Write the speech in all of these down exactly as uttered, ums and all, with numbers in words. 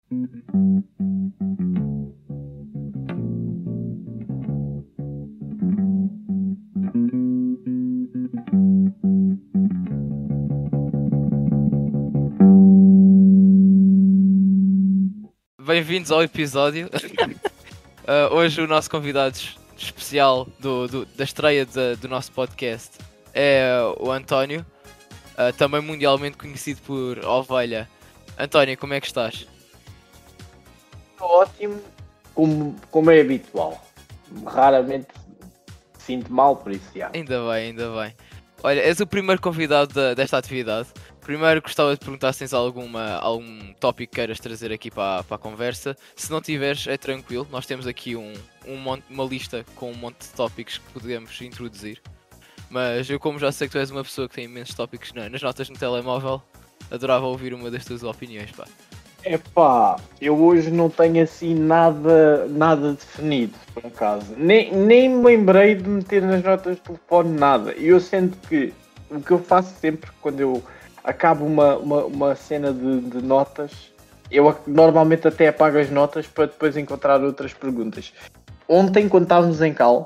Bem-vindos ao episódio. uh, hoje o nosso convidado especial do, do- da estreia de- do nosso podcast é o António, uh, também mundialmente conhecido por Ovelha. António, como é que estás? Ótimo, como, como é habitual. Raramente sinto mal por isso, já. Ainda bem, ainda bem. Olha, és o primeiro convidado da- desta atividade. Primeiro gostava de perguntar se tens alguma, algum tópico que queiras trazer aqui para, para a conversa. Se não tiveres, é tranquilo. Nós temos aqui um, um monte- uma lista com um monte de tópicos que podemos introduzir. Mas eu, como já sei que tu és uma pessoa que tem imensos tópicos na- nas notas no telemóvel, adorava ouvir uma das tuas opiniões, pá. Epá, eu hoje não tenho assim nada, nada definido, por acaso. Nem, nem me lembrei de meter nas notas do telefone nada. E eu sinto que o que eu faço sempre quando eu acabo uma, uma, uma cena de, de notas, eu ac- normalmente até apago as notas para depois encontrar outras perguntas. Ontem, quando estávamos em Cal,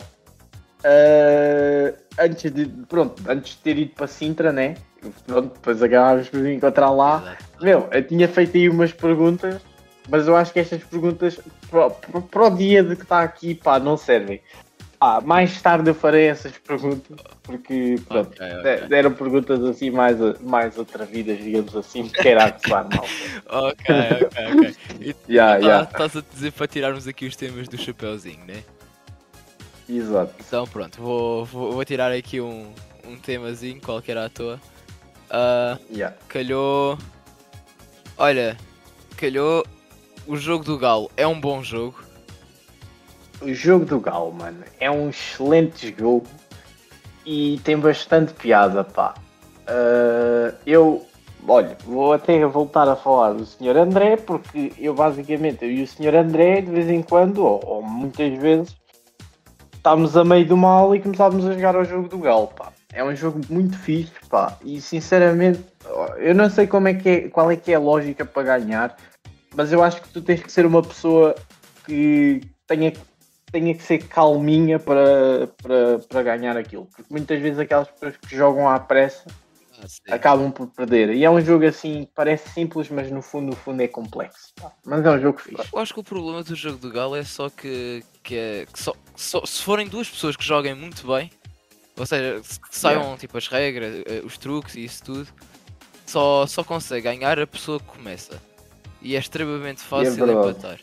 ah, antes de pronto, antes de ter ido para Sintra, né? Pronto, depois acabámos por encontrar lá. Exato. Meu, eu tinha feito aí umas perguntas, mas eu acho que estas perguntas para, para- para o dia de que está aqui, pá, não servem. Ah, mais tarde eu farei essas perguntas, porque pronto, Ok, ok. de- eram perguntas assim mais, mais atrevidas, digamos assim, que era a coçar mal. Ok, ok, ok. E Yeah, tá- yeah. estás a dizer para tirarmos aqui os temas do chapeuzinho, né? Exato. Então pronto, vou, vou, vou tirar aqui um, um temazinho qualquer à toa. Ah, Yeah. calhou. Olha, calhou. O jogo do Galo é um bom jogo. O jogo do Galo, mano, é um excelente jogo e tem bastante piada, pá. Ah, eu, olha, vou até voltar a falar do senhor André, porque eu basicamente, eu e o senhor André, de vez em quando, ou, ou muitas vezes, estávamos a meio do mal e começávamos a jogar ao jogo do Galo, pá. É um jogo muito fixe, pá, e sinceramente, eu não sei como é que é, qual é que é a lógica para ganhar, mas eu acho que tu tens que ser uma pessoa que tenha, tenha que ser calminha para, para, para ganhar aquilo. Porque muitas vezes aquelas pessoas que jogam à pressa Ah, sim. acabam por perder. E é um jogo assim que parece simples, mas no fundo, no fundo é complexo. Pá. Mas é um jogo fixe. Eu acho que o problema do jogo do Galo é só que, que, é, que só, que só- se forem duas pessoas que joguem muito bem, ou seja, se- que saibam Yeah. tipo as regras, eh, os truques e isso tudo, só, só consegue ganhar a pessoa que começa. E é extremamente fácil verdade. empatar.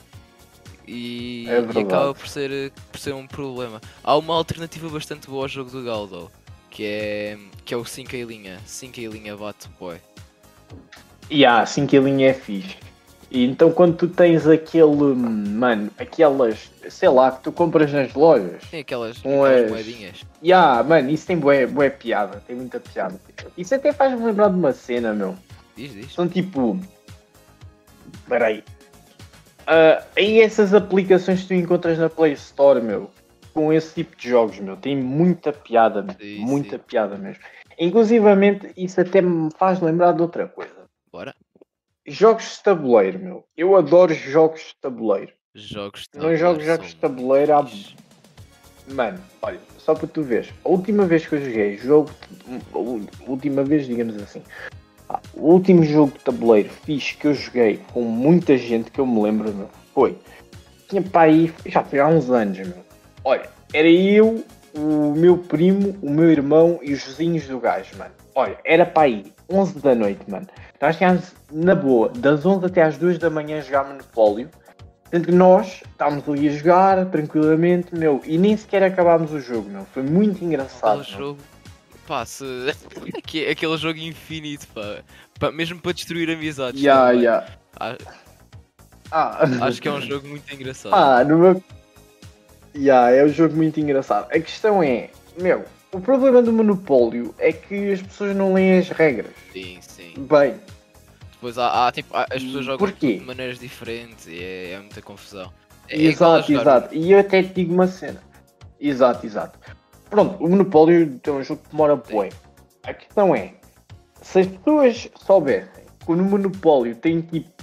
E, É e verdade. acaba por ser, eh, por ser um problema. Há uma alternativa bastante boa ao jogo do Galo, though, que é, que é o cinco em linha. cinco em linha bate boy. E há, assim que a linha é fixe. E então quando tu tens aquele, mano, aquelas, sei lá, que tu compras nas lojas. Tem aquelas, Com aquelas as- moedinhas. E há, mano, isso tem bué, bué piada, tem muita piada. Isso até faz-me lembrar de uma cena, meu. Diz, diz. São tipo. Peraí. Ah, aí essas aplicações que tu encontras na Play Store, meu, com esse tipo de jogos, meu, tem muita piada, meu, Sim, muita sim. piada mesmo. Inclusivamente, isso até me faz lembrar de outra coisa. Bora. Jogos de tabuleiro, meu. Eu adoro jogos de tabuleiro. Jogos de Não jogo tabuleiro jogos são de tabuleiro há... muito fixe. Mano, olha, só para tu veres. A última vez que eu joguei jogo... A última vez, digamos assim. Ah, o último jogo de tabuleiro fixe que eu joguei com muita gente que eu me lembro, meu, foi... Tinha para aí... Já foi há uns anos, meu. Olha, era eu, o meu primo, o meu irmão e os vizinhos do gajo, mano. Olha, era para aí onze da noite, mano. Nós tínhamos, na boa, das onze até às duas da manhã a jogar Monopólio. Sendo que nós estávamos ali a jogar tranquilamente, meu, e nem sequer acabámos o jogo, meu. Foi muito engraçado. Aquele meu. jogo. Pá, se... Aque- aquele jogo infinito, pá. Pá, mesmo para destruir amizades. Yeah, também. yeah. A- Ah, Acho que é um jogo muito engraçado. Ah, no meu... Yeah, é um jogo muito engraçado. A questão é, meu, o problema do Monopólio é que as pessoas não leem as regras. Sim, sim. Bem, Depois há, há, tipo, há- as pessoas jogam Porquê? de maneiras diferentes e é, é muita confusão. É, é igual a exato, jogar exato. E eu até te digo uma cena. Exato, exato. Pronto, o Monopólio é um jogo que demora bué. A questão é, se as pessoas soubessem que no Monopólio tem tipo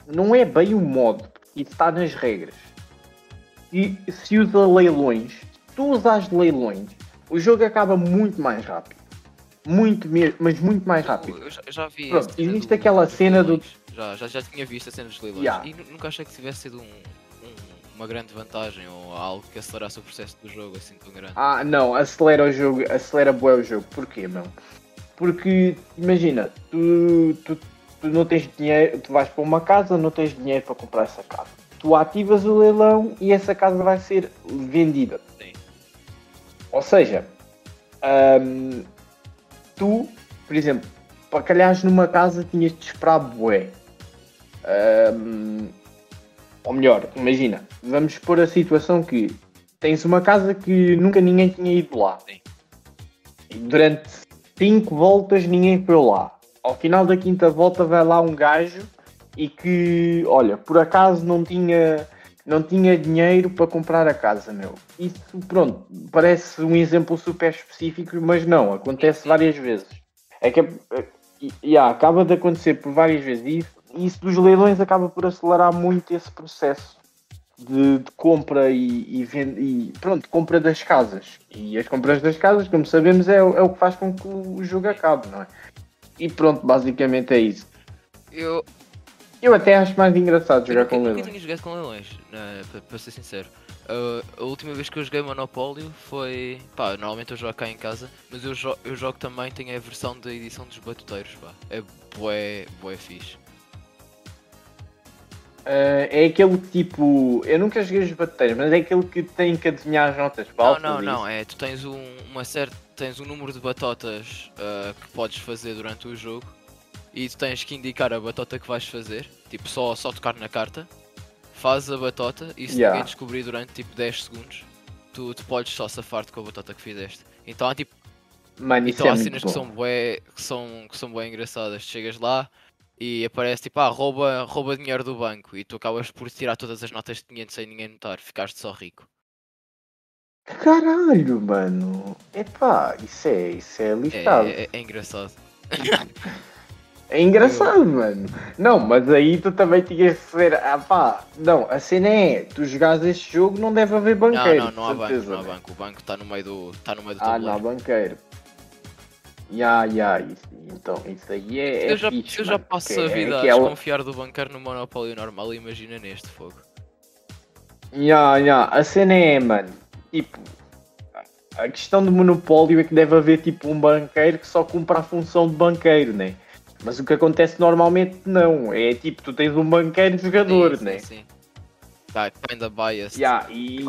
não é bem o modo, porque isso está nas regras. E se usa leilões, se tu usares leilões, o jogo acaba muito mais rápido. Muito mesmo, mas muito mais rápido. Eu, eu já, eu já vi. Pronto, a cena existe do- aquela dos cena do. leilões. Já, já, já tinha visto a cena dos leilões Yeah. e nu- nunca achei que tivesse sido um, um- uma grande vantagem ou algo que acelerasse o processo do jogo assim tão grande. Ah, não, acelera o jogo, acelera bué o jogo. Porquê, meu? Porque, imagina, tu, tu, tu não tens dinheiro, tu vais para uma casa, não tens dinheiro para comprar essa casa. Tu ativas o leilão e essa casa vai ser vendida. Sim. Ou seja, hum, tu, por exemplo, para calhares numa casa tinhas de esperar bué. Hum, ou melhor, imagina, vamos pôr a situação que tens uma casa que nunca ninguém tinha ido lá. Sim. E durante cinco voltas ninguém foi lá. Ao final da quinta volta vai lá um gajo e que, olha, por acaso não tinha, não tinha dinheiro para comprar a casa, meu. Isso, pronto, parece um exemplo super específico, mas não, acontece várias vezes. É que, é, yeah, acaba de acontecer por várias vezes e isso, isso dos leilões acaba por acelerar muito esse processo. De, de compra e, e, vende, e pronto, compra das casas. E as compras das casas, como sabemos, é, o- é o que faz com que o jogo acabe, não é? E pronto, basicamente é isso. Eu, Eu até acho mais engraçado eu jogar nunca, com nunca leilões. tinha jogado com leilões, né, para, para ser sincero. Uh, a última vez que eu joguei Monopólio foi. Pá, normalmente eu jogo cá em casa, mas eu, jo eu jogo também, tenho a versão da edição dos batuteiros, pá. É bué, bué fixe. Uh, é aquele tipo. Eu nunca joguei os bateiros, mas é aquele que tem que adivinhar as notas Não, falsas. não, e não, isso. é, tu tens um, uma certa, tens um número de batotas uh, que podes fazer durante o jogo e tu tens que indicar a batota que vais fazer, tipo só, só tocar na carta, fazes a batota e se Yeah. ninguém descobrir durante tipo dez segundos, tu, tu podes só safar-te com a batota que fizeste. Então há tipo, Mano, isso então é há muito cenas que são bom. bué, que são, que são bué engraçadas, tu chegas lá e aparece tipo, ah, rouba, rouba dinheiro do banco e tu acabas por tirar todas as notas de quinhentos sem ninguém notar, ficaste só rico. Caralho, mano. Epá, isso é, isso é lixado. É, é, é engraçado. É engraçado, mano. Não, mas aí tu também tinhas de ser. Ah pá, não, a cena é, tu jogares este jogo não deve haver Não, banqueiro. não, não há de banco, certeza, não há né? banco. O banco está no meio do, tá no meio do Ah, não há tabuleiro. banqueiro. Ya, ya, isso, então, isso aí é, Se é eu já, fixe, se eu já mano. passo porque a é vida a aquela. desconfiar do banqueiro no Monopólio normal, imagina neste fogo. Ya, ya, a cena é, mano, tipo, a questão do monopólio é que deve haver tipo um banqueiro que só cumpre a função de banqueiro, né? Mas o que acontece normalmente não, é tipo, tu tens um banqueiro jogador, Sim, né? sim, sim. Tá, kinda biased. Ya, e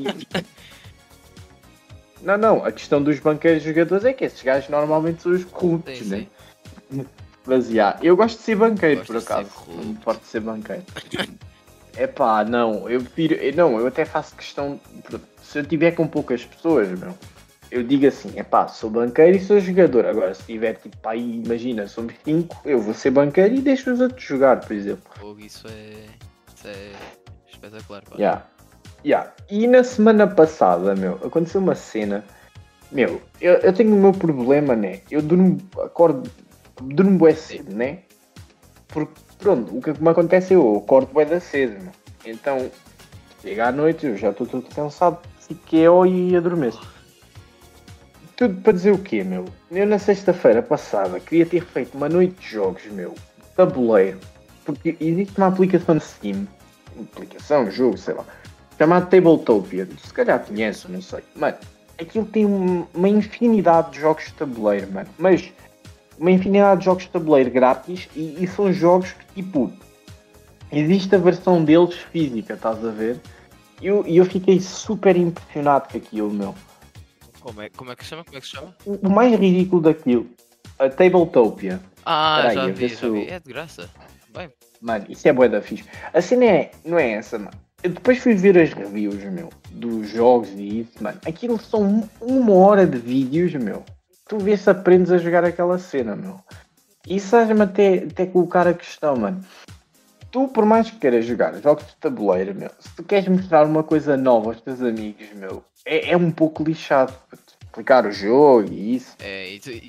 não, não, a questão dos banqueiros jogadores é que esses gajos normalmente são os corruptos, Sim, né? sim. Mas já, eu gosto de ser banqueiro, Gosto por de ser acaso. corrupto. Não me importa de ser banqueiro. É pá, não, eu prefiro. eu- Não, eu até faço questão. Se eu tiver com poucas pessoas, meu, eu digo assim: é pá, sou banqueiro e sou jogador. Agora, se tiver tipo, pá, aí, imagina, somos cinco, eu vou ser banqueiro e deixo os outros jogar, por exemplo. Fogo, isso é. Isso é espetacular, pá. Yeah. Yeah. E na semana passada, meu, aconteceu uma cena. Meu, eu, eu tenho o meu problema, né? Eu durmo, acordo, durmo bué cedo, né? Porque, pronto, o que me acontece é eu acordo bué da cedo, meu. Então, chega à noite, eu já estou todo cansado, fiquei e adormeço. Tudo para dizer o quê, meu? Eu na sexta-feira passada queria ter feito uma noite de jogos, meu, de tabuleiro. Porque existe uma aplicação de Steam, uma aplicação, jogo, sei lá, chamada Tabletopia. Se calhar conhece, não sei. Mano, aquilo tem um- uma infinidade de jogos de tabuleiro, mano. Mas uma infinidade de jogos de tabuleiro grátis e, e são jogos que, tipo, existe a versão deles física, estás a ver? E eu, e eu fiquei super impressionado com aquilo, meu. Como é, como é que se chama? Como é que se chama? O, o mais ridículo daquilo, a Tabletopia. Ah, Espera aí, já a vi, ver já se eu- vi. É de graça. Bem, Mano, isso é bué da fixe. A cena é, não é essa, mano. Eu depois fui ver as reviews, meu, dos jogos e isso, mano. Aquilo são um- uma hora de vídeos, meu. Tu vês se aprendes a jogar aquela cena, meu. E sabes-me até, até colocar a questão, mano. Tu, por mais que queiras jogar jogos de tabuleiro, meu, se tu queres mostrar uma coisa nova aos teus amigos, meu, é, é um pouco lixado para te explicar o jogo e isso. é, e, tu- e-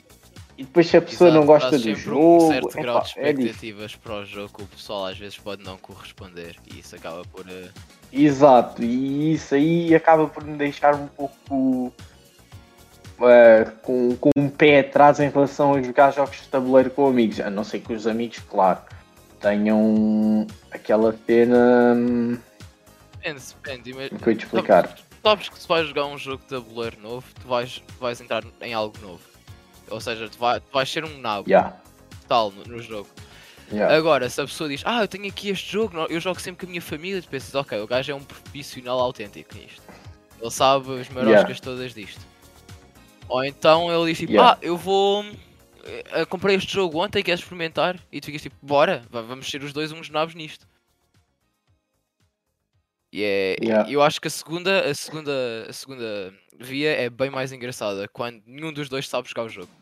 E depois se a pessoa Exato, não gosta traz do sempre jogo, um certo epá, grau de é difícil. expectativas para o jogo que o pessoal às vezes pode não corresponder e isso acaba por. eh, Exato, e isso aí acaba por me deixar um pouco uh, com, com um pé atrás em relação a jogar jogos de tabuleiro com amigos, a não ser que os amigos, claro, tenham aquela cena. hum, Depende, depende. ima- Como que eu ia te explicar? Sabes, sabes que se vais jogar um jogo de tabuleiro novo, tu vais, tu vais entrar em algo novo. Ou seja, tu, vai, tu vais ser um nabo Yeah, tal no, no jogo. yeah, Agora, se a pessoa diz, ah, eu tenho aqui este jogo, não- eu jogo sempre com a minha família, tu pensas, ok, o gajo é um profissional autêntico nisto. Ele sabe as maroscas yeah, todas disto. Ou então ele diz tipo, yeah. ah, eu vou. eh, comprei este jogo ontem, queres experimentar? E tu ficas tipo, bora, va- vamos ser os dois uns nabos nisto. E é, Yeah. eu acho que a segunda, a segunda, a segunda via é bem mais engraçada, quando nenhum dos dois sabe jogar o jogo.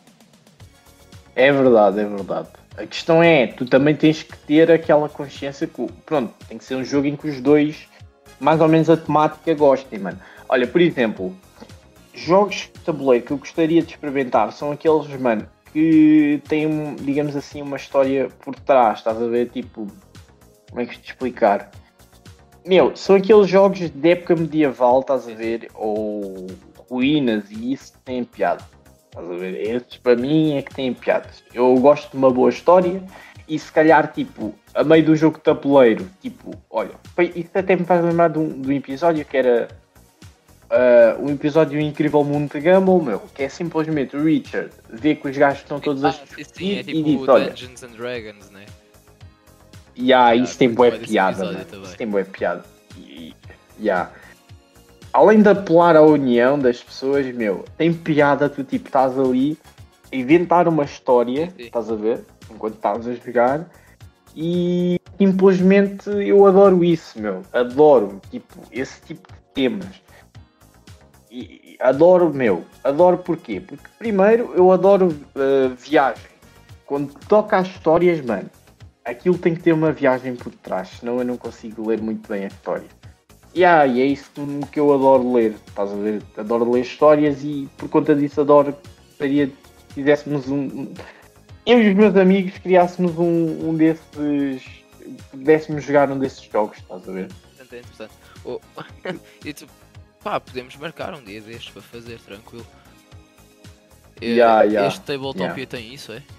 É verdade, é verdade. A questão é, tu também tens que ter aquela consciência que, pronto, tem que ser um jogo em que os dois, mais ou menos a temática, gostem, mano. Olha, por exemplo, jogos de tabuleiro que eu gostaria de experimentar são aqueles, mano, que têm, digamos assim, uma história por trás, estás a ver? Tipo, como é que te explicar? Meu, são aqueles jogos de época medieval, estás a ver? Ou ruínas e isso tem piada. Estás a ver? Esses para mim é que têm piadas. Eu gosto de uma boa história e se calhar, tipo, a meio do jogo de tabuleiro, tipo, olha, foi- isso até me faz lembrar de um, de um episódio que era uh, um episódio do Incrível Mundo de Gumball, meu, que é simplesmente o Richard vê que os gajos estão todos a Ah, sim, sim, é discutir e tipo diz, olha, Dungeons and Dragons, né? yeah, Yeah, isso tem curto boa bué desse piada, episódio mano. também. Isso tem boa piada. E, yeah. Além de apelar à união das pessoas, meu, tem piada, tu tipo, estás ali a inventar uma história, Sim, sim. estás a ver, enquanto estás a jogar, e simplesmente eu adoro isso, meu, adoro, tipo, esse tipo de temas. E, e adoro, meu, adoro porquê? Porque primeiro eu adoro uh, viagem. Quando toca às histórias, mano, aquilo tem que ter uma viagem por trás, senão eu não consigo ler muito bem a história. Yeah, e é isso que eu adoro ler, estás a ver? Adoro ler histórias e por conta disso adoro gostaria que fizéssemos um. Eu e os meus amigos criássemos um, um desses. Pudéssemos jogar um desses jogos, estás a ver? Interessante, é interessante. Oh, e tu, pá, podemos marcar um dia destes para fazer, tranquilo. Eh, Yeah, yeah, este Tabletopia yeah. tem isso, é?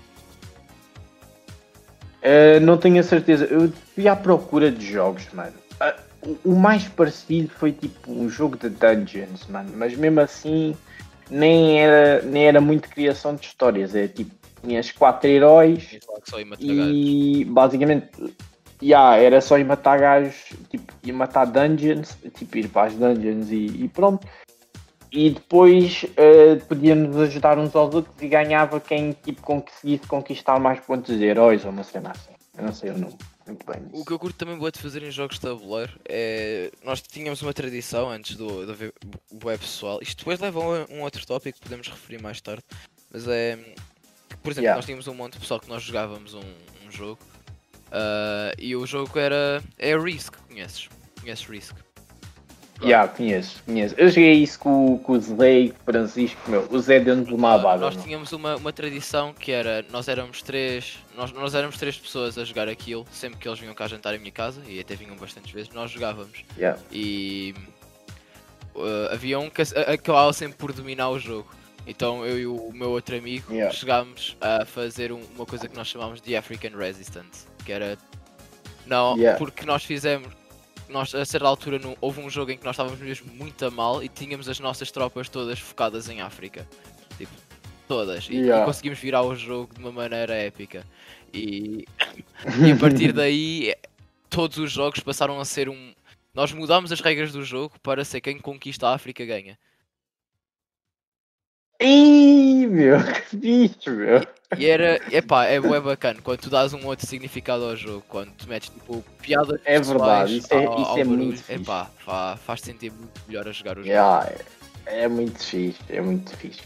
Uh, não tenho a certeza, eu fui à procura de jogos, mano. Uh, o, o mais parecido foi tipo um jogo de Dungeons, mano, mas mesmo assim nem era, nem era muito criação de histórias, é tipo, tinhas quatro heróis Tinha falado que só ia matar gajos. e basicamente yeah, era só ir matar gajos, tipo, ir matar dungeons, tipo, ir para as dungeons e, e pronto. E depois uh, podíamos ajudar uns aos outros e ganhava quem tipo, conseguisse conquistar mais pontos de heróis ou uma cena assim. Eu não sei o nome muito bem disso. O que eu curto também bué de fazer em jogos de tabuleiro é. Nós tínhamos uma tradição antes do, do haver bué pessoal. Isto depois leva a um outro tópico que podemos referir mais tarde. Mas é. Por exemplo, Yeah. nós tínhamos um monte de pessoal que nós jogávamos um, um jogo. ah, e o jogo era. É Risk, conheces? Conheces Risk? Já, conheço, conheço. Eu joguei isso com, com o Zé e com o Francisco, meu. O Zé dentro de uma Ah, abada. nós meu. tínhamos uma, uma tradição que era, nós éramos três, nós, nós éramos três pessoas a jogar aquilo, sempre que eles vinham cá jantar em minha casa, e até vinham bastantes vezes, nós jogávamos. Yeah. E uh, havia um que a- acabava sempre por dominar o jogo. Então eu e o meu outro amigo Yeah. chegámos a fazer um- uma coisa que nós chamávamos de African Resistance, que era não, Yeah. porque nós fizemos, nós a certa altura no- houve um jogo em que nós estávamos mesmo muito a mal e tínhamos as nossas tropas todas focadas em África, tipo, todas, e, Yeah. e conseguimos virar o jogo de uma maneira épica. E, e a partir daí todos os jogos passaram a ser um. Nós mudámos as regras do jogo para ser quem conquista a África ganha. Ih, meu, que bicho, meu. E era, epá, é bué bacana quando tu dás um outro significado ao jogo, quando tu metes tipo piadas É pessoais verdade, isso é, ao, isso ao é barulho, muito fixe. epá, fa- faz-te sentir muito melhor a jogar o jogo. Yeah, é, é muito fixe, é muito fixe.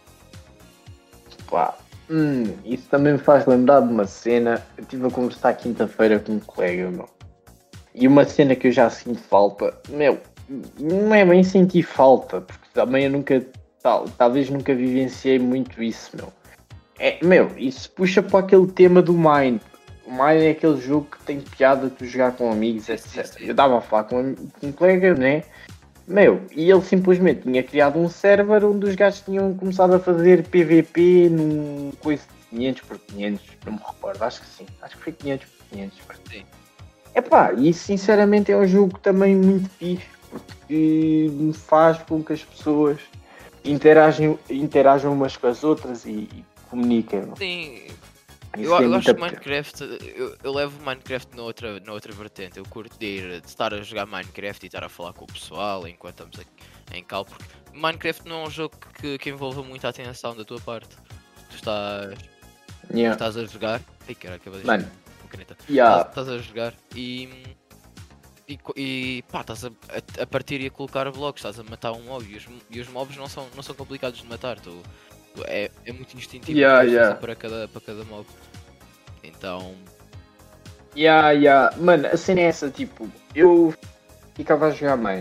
Pá, hum, isso também me faz lembrar de uma cena. Eu estive a conversar quinta-feira com um colega, meu. E uma cena que eu já sinto falta, meu, não é bem sentir falta, porque também eu nunca, tal, talvez nunca vivenciei muito isso, meu. É, meu, isso puxa para aquele tema do Mine. O Mine é aquele jogo que tem piada de tu jogar com amigos, Sim, sim, etcétera. sim. Eu dava a falar com um, com um colega, né? Meu, e ele simplesmente tinha criado um server onde os gajos tinham começado a fazer P V P num coisa de quinhentos por quinhentos, não me recordo, acho que sim, acho que foi quinhentos por quinhentos. Sim. Epá, e sinceramente é um jogo também muito fixe, porque faz com que as pessoas interagem, interajam umas com as outras e, e comuniquem. Sim, eu, Isso tem eu acho muita que Minecraft, eu, eu levo Minecraft na outra, na outra vertente. Eu curto de ir, de estar a jogar Minecraft e estar a falar com o pessoal enquanto estamos aqui em cal, porque Minecraft não é um jogo que, que envolva muita atenção da tua parte. Tu estás, yeah. estás a jogar. Ai, cara, acabei de Mano, uma caneta. yeah. Estás, estás a jogar e. E, co- e pá, estás a, a, a partir e a colocar blocos, estás a matar um mob e os, e os mobs não são, não são complicados de matar. Tu, tu- é, é muito instintivo o que Yeah, vais yeah. fazer para cada, para cada mob. Então. Yeah, yeah. Mano, a cena é essa, tipo, eu ficava a jogar main,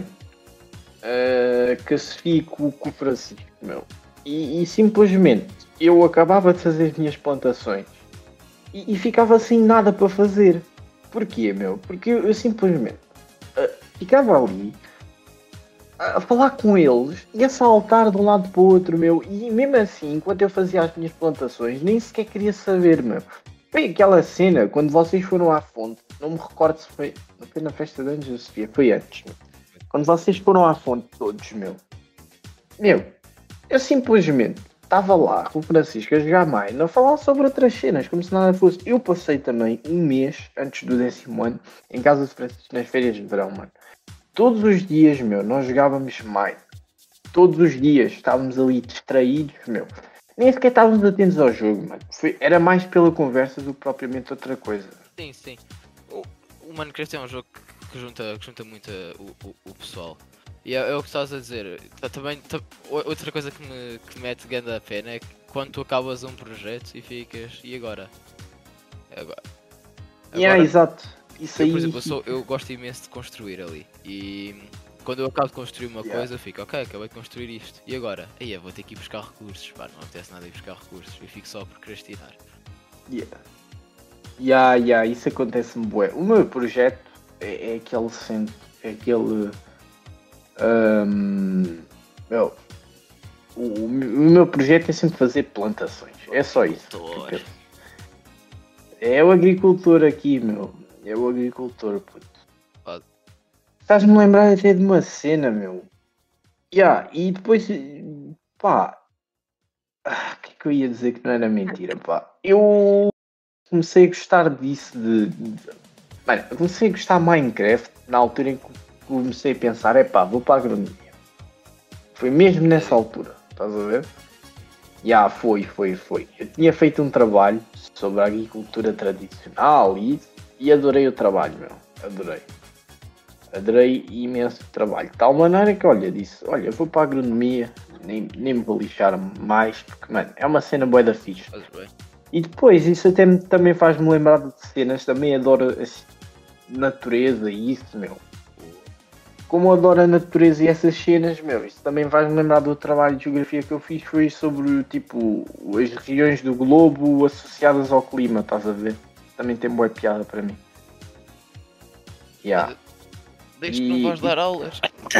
uh, que se fico com o Francisco, meu, e, e simplesmente eu acabava de fazer as minhas plantações e, e ficava sem nada para fazer. Porquê, meu? Porque eu, eu simplesmente uh, ficava ali a, a falar com eles e a saltar de um lado para o outro, meu, e mesmo assim, enquanto eu fazia as minhas plantações, nem sequer queria saber, meu. Foi aquela cena, quando vocês foram à fonte, não me recordo se foi, não foi na festa de Anjos Sofia, foi antes, meu. Quando vocês foram à fonte todos, meu, meu, eu simplesmente estava lá com o Francisco a jogar mais, a falar sobre outras cenas, como se nada fosse. Eu passei também um mês antes do décimo ano em casa de Francisco nas férias de verão, mano. Todos os dias, meu, nós jogávamos mais. Todos os dias estávamos ali distraídos, meu. Nem sequer estávamos atentos ao jogo, mano. Foi, era mais pela conversa do que propriamente outra coisa. Sim, sim. O, o Minecraft é um jogo que, que junta, que junta muito a- o, o, o pessoal. E é, é o que estás a dizer. Tá- Também, ta- o- outra coisa que me, que mete ganda a pena é que quando tu acabas um projeto e ficas. E agora? Agora, Yeah, agora exato. Isso eu, por aí. exemplo, eu, sou, eu gosto imenso de construir ali. E quando eu acabo de construir uma Yeah. coisa, eu fico, ok, acabei de construir isto. E agora? Aí eu vou ter que ir buscar recursos. Pá, não apetece nada ir buscar recursos. Eu fico só a procrastinar. Yeah. Yeah, yeah, isso acontece-me bué. O meu projeto é, é aquele centro, é aquele. hum, meu, o, o meu projeto é sempre fazer plantações. É só isso. Doutor. Porque é o agricultor aqui, meu. É o agricultor, puto. Pode. Estás-me a lembrar até de uma cena, meu. Yeah, e depois, pá. ah, O que é que eu ia dizer que não era mentira, pá? Eu comecei a gostar disso de, de- Mano, eu comecei a gostar de Minecraft na altura em que comecei a pensar, é pá, vou para a agronomia. Foi mesmo nessa altura, estás a ver? Já, foi, foi, foi. Eu tinha feito um trabalho sobre a agricultura tradicional e isso, e adorei o trabalho, meu. Adorei. Adorei imenso o trabalho. De tal maneira que, olha, disse, olha, vou para a agronomia, nem, nem me vou lixar mais, porque, mano, é uma cena bué da fixe. Fazes bem. E depois, isso até me- também faz-me lembrar de cenas, também adoro assim, natureza e isso, meu. Como adoro a natureza e essas cenas, meu, isso também faz-me lembrar do trabalho de geografia que eu fiz, foi sobre, tipo, as regiões do globo associadas ao clima, estás a ver? Também tem boa piada para mim. Yeah. Desde que E- não vais e- dar aulas.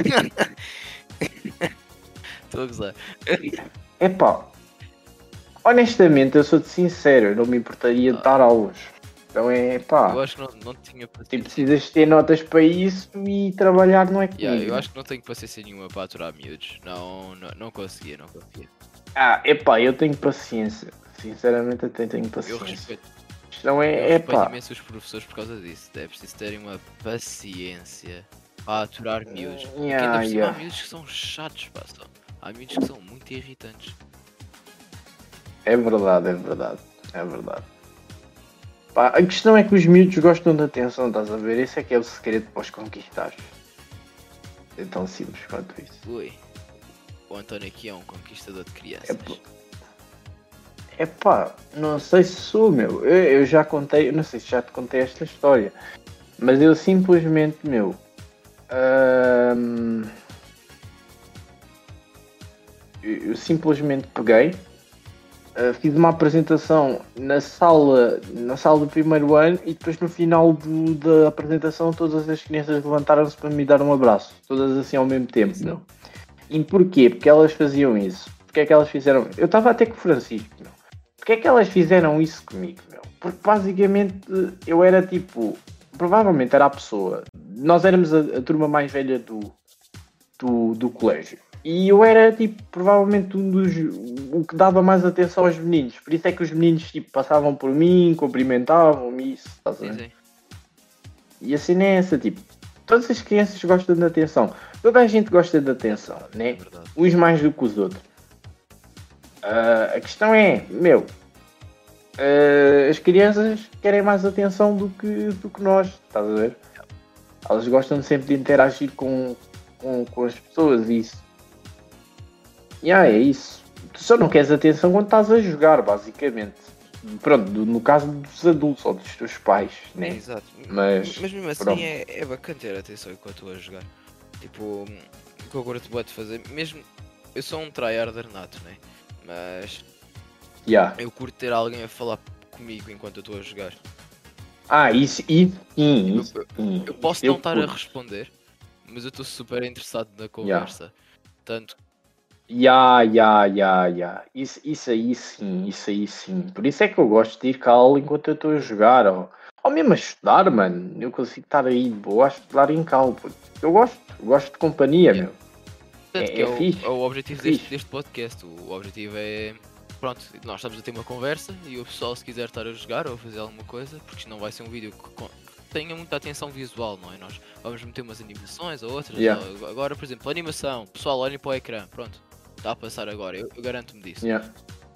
Estou a gozar. Epá, honestamente, eu sou-te sincero, eu não me importaria de dar aulas. Então é, Eu pá, acho que não, não tinha tipo, paciência. precisas ter notas para isso e trabalhar não é comigo. Yeah, eu né? acho que não tenho paciência nenhuma para aturar miúdos. Não, não, não conseguia, não conseguia. Ah, epá, eu tenho paciência. Sinceramente, eu tenho, tenho Eu paciência. respeito, Não eu é, respeito epá. imenso os professores por causa disso. É preciso terem uma paciência para aturar miúdos. Porque ainda Yeah, por cima yeah. há miúdos que são chatos, pá. Só. Há miúdos que são muito irritantes. É verdade, é verdade. É verdade. Pá, a questão é que os miúdos gostam de atenção, estás a ver? Esse é que é o segredo para os conquistar. É tão simples quanto isso. Ui. O António aqui é um conquistador de crianças. É pô. Epá, não sei se sou, meu. Eu, eu já contei, eu não sei se já te contei esta história, mas eu simplesmente, meu, hum, eu, eu simplesmente peguei Uh, fiz uma apresentação na sala, na sala do primeiro ano e depois no final do, da apresentação todas as crianças levantaram-se para me dar um abraço, todas assim ao mesmo tempo, não? E porquê? Porque elas faziam isso. Porque é que elas fizeram? Eu estava até com o Francisco, meu. Porque é que elas fizeram isso comigo, meu? Porque basicamente eu era tipo, provavelmente era a pessoa, nós éramos a, a turma mais velha do, do, do colégio. E eu era, tipo, provavelmente um dos... o que dava mais atenção aos meninos. Por isso é que os meninos, tipo, passavam por mim, cumprimentavam-me, isso, estás a ver? Sim, sim. E assim é essa, tipo... Todas as crianças gostam de atenção. Toda a gente gosta de atenção, né? É, uns mais do que os outros. Uh, a questão é, meu... Uh, as crianças querem mais atenção do que, do que nós, estás a ver? Elas gostam sempre de interagir com, com, com as pessoas e isso. E ah, é isso. Tu só não queres atenção quando estás a jogar, basicamente. Pronto, no caso dos adultos ou dos teus pais, né? É, exato. Mas, Mas mesmo assim é, é bacana ter atenção enquanto estou a jogar. Tipo, o que eu agora te vou fazer, mesmo... Eu sou um tryharder nato, né? Mas... Yeah. Eu curto ter alguém a falar comigo enquanto eu estou a jogar. Ah, isso, isso, sim, isso, eu, sim. eu posso eu não estar curto. a responder, mas eu estou super interessado na conversa. Yeah. Tanto... Ya, ya, ya, ya. Isso, isso aí sim, isso aí sim. Por isso é que eu gosto de ir cal enquanto eu estou a jogar. Ou, ou mesmo a estudar, mano. Eu consigo estar aí de boa a estudar em cal. Eu gosto, eu gosto de companhia, yeah. meu. Tanto é, que é, é, fixe, o, é o objetivo deste, deste podcast. O objetivo é... Pronto, nós estamos a ter uma conversa e o pessoal, se quiser estar a jogar ou a fazer alguma coisa, porque não vai ser um vídeo que tenha muita atenção visual, não é? Nós vamos meter umas animações ou outras. Yeah. Ou, agora, por exemplo, animação. Pessoal, olhem para o ecrã. Pronto. Está a passar agora, eu, eu garanto-me disso. Yeah.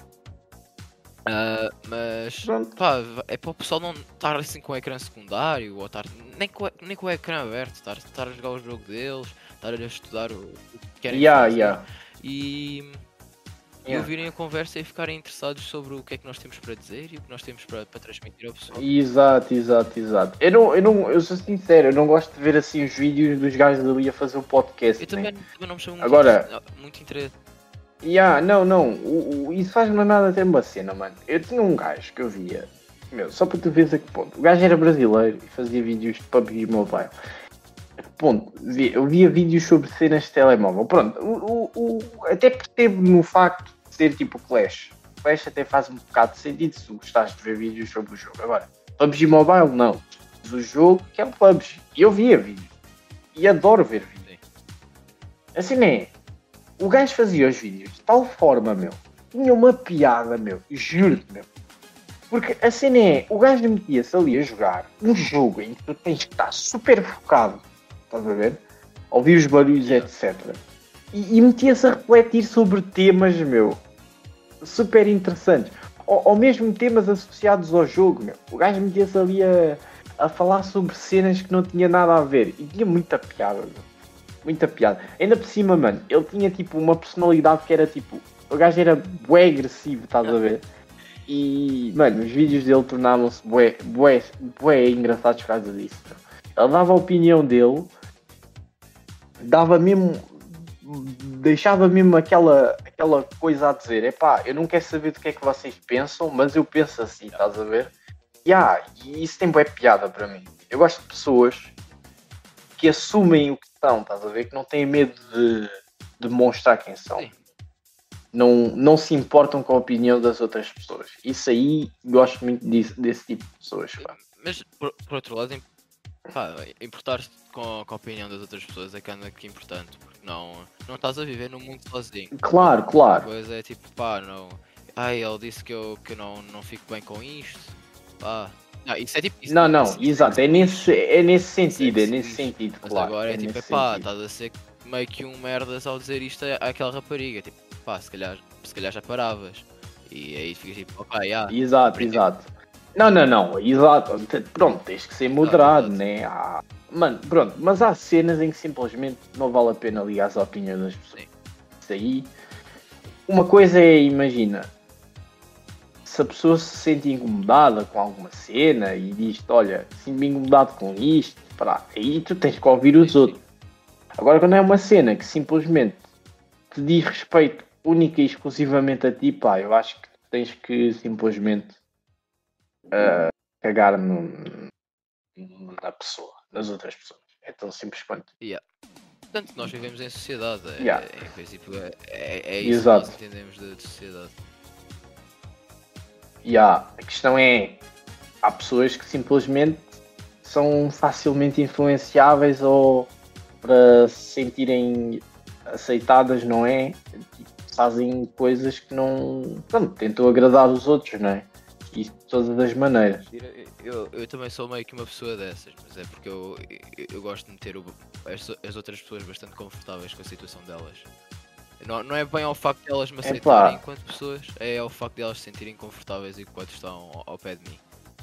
Uh, mas pá, é para o pessoal não estar assim com o ecrã secundário ou estar nem com, nem com o ecrã aberto, estar, estar a jogar o jogo deles, estar a estudar o, o que querem yeah, fazer yeah. e, yeah. e ouvirem a conversa e ficarem interessados sobre o que é que nós temos para dizer e o que nós temos para, para transmitir ao pessoal. Exato, exato, exato. Eu, não, eu, não, eu sou sincero, eu não gosto de ver assim os vídeos dos gajos ali a fazer um podcast. Eu também, né? também não me chamo muito, Agora, interesse, muito interesse. Yeah, não, não, o, o, isso faz-me nada até uma cena, mano. Eu tinha um gajo que eu via, meu, só para tu veres a que ponto. O gajo era brasileiro e fazia vídeos de P U B G Mobile. Ponto, eu via vídeos sobre cenas de telemóvel. Pronto, o, o, o, até percebo no facto de ser tipo Clash. Clash até faz um bocado de sentido se tu gostares de ver vídeos sobre o jogo. Agora, P U B G Mobile não. Mas o jogo que é um P U B G. E eu via vídeos. E adoro ver vídeos. Assim não é. O gajo fazia os vídeos de tal forma, meu. Tinha uma piada, meu. Juro-te, meu. Porque a cena é, o gajo metia-se ali a jogar um jogo em que tu tens que estar super focado. Estás a ver? Ouvir os barulhos, etcétera. E, e metia-se a refletir sobre temas, meu. Super interessantes. Ou, ou mesmo temas associados ao jogo, meu. O gajo metia-se ali a, a falar sobre cenas que não tinha nada a ver. E tinha muita piada, meu. Muita piada. Ainda por cima, mano, ele tinha tipo uma personalidade que era tipo... O gajo era bué agressivo, estás a ver? E, mano, os vídeos dele tornavam-se bué, bué, bué engraçados por causa disso. Meu. Ele dava a opinião dele, dava mesmo... Deixava mesmo aquela, aquela coisa a dizer. Epá, eu não quero saber do que é que vocês pensam, mas eu penso assim, estás a ver? Yeah, e isso tem bué piada para mim. Eu gosto de pessoas que assumem o que são, estás a ver? Que não têm medo de demonstrar quem são. Não, não se importam com a opinião das outras pessoas. Isso aí, gosto muito disso, desse tipo de pessoas. Pá. Mas, por, por outro lado, pá, importar-te com, com a opinião das outras pessoas é que anda aqui importante. Porque não, não estás a viver num mundo sozinho. Claro, claro. A coisa é tipo, pá, não... Ai, ele disse que eu, que eu não, não fico bem com isto. Pá... Não, isso é tipo, isso não, é, não, isso exato, é, é nesse, é nesse sentido, é, é nesse sentido, mas claro. Agora é, é tipo, pá, estás a ser meio que um merdas ao dizer isto àquela rapariga, tipo, pá, se calhar, se calhar já paravas. E aí ficas tipo, ok, yeah, exato, exato. Não, não, não, exato, pronto, tens que ser moderado, exato, né? Ah, mano, pronto, mas há cenas em que simplesmente não vale a pena ligar as opiniões das pessoas. Sim. Isso aí, uma coisa é, imagina, se a pessoa se sente incomodada com alguma cena e diz, olha, sinto-me incomodado com isto, pá, aí tu tens que ouvir os sim, outros. Sim. Agora, quando é uma cena que simplesmente te diz respeito única e exclusivamente a ti, pá, eu acho que tens que simplesmente uh, cagar no, na pessoa, nas outras pessoas. É tão simples quanto. Yeah. Portanto, nós vivemos em sociedade, é, Yeah. é, em princípio é, é, é isso Exato. que nós entendemos de, de sociedade. Yeah. A questão é, há pessoas que simplesmente são facilmente influenciáveis ou para se sentirem aceitadas, não é? Fazem coisas que não... Pronto, tentam agradar os outros, não é? E de todas as maneiras. Eu, eu também sou meio que uma pessoa dessas, mas é porque eu, eu, eu gosto de meter o, as, as outras pessoas bastante confortáveis com a situação delas. Não, não é bem ao facto de elas me aceitarem Epá. enquanto pessoas, é ao facto de elas se sentirem confortáveis enquanto estão ao, ao pé de mim.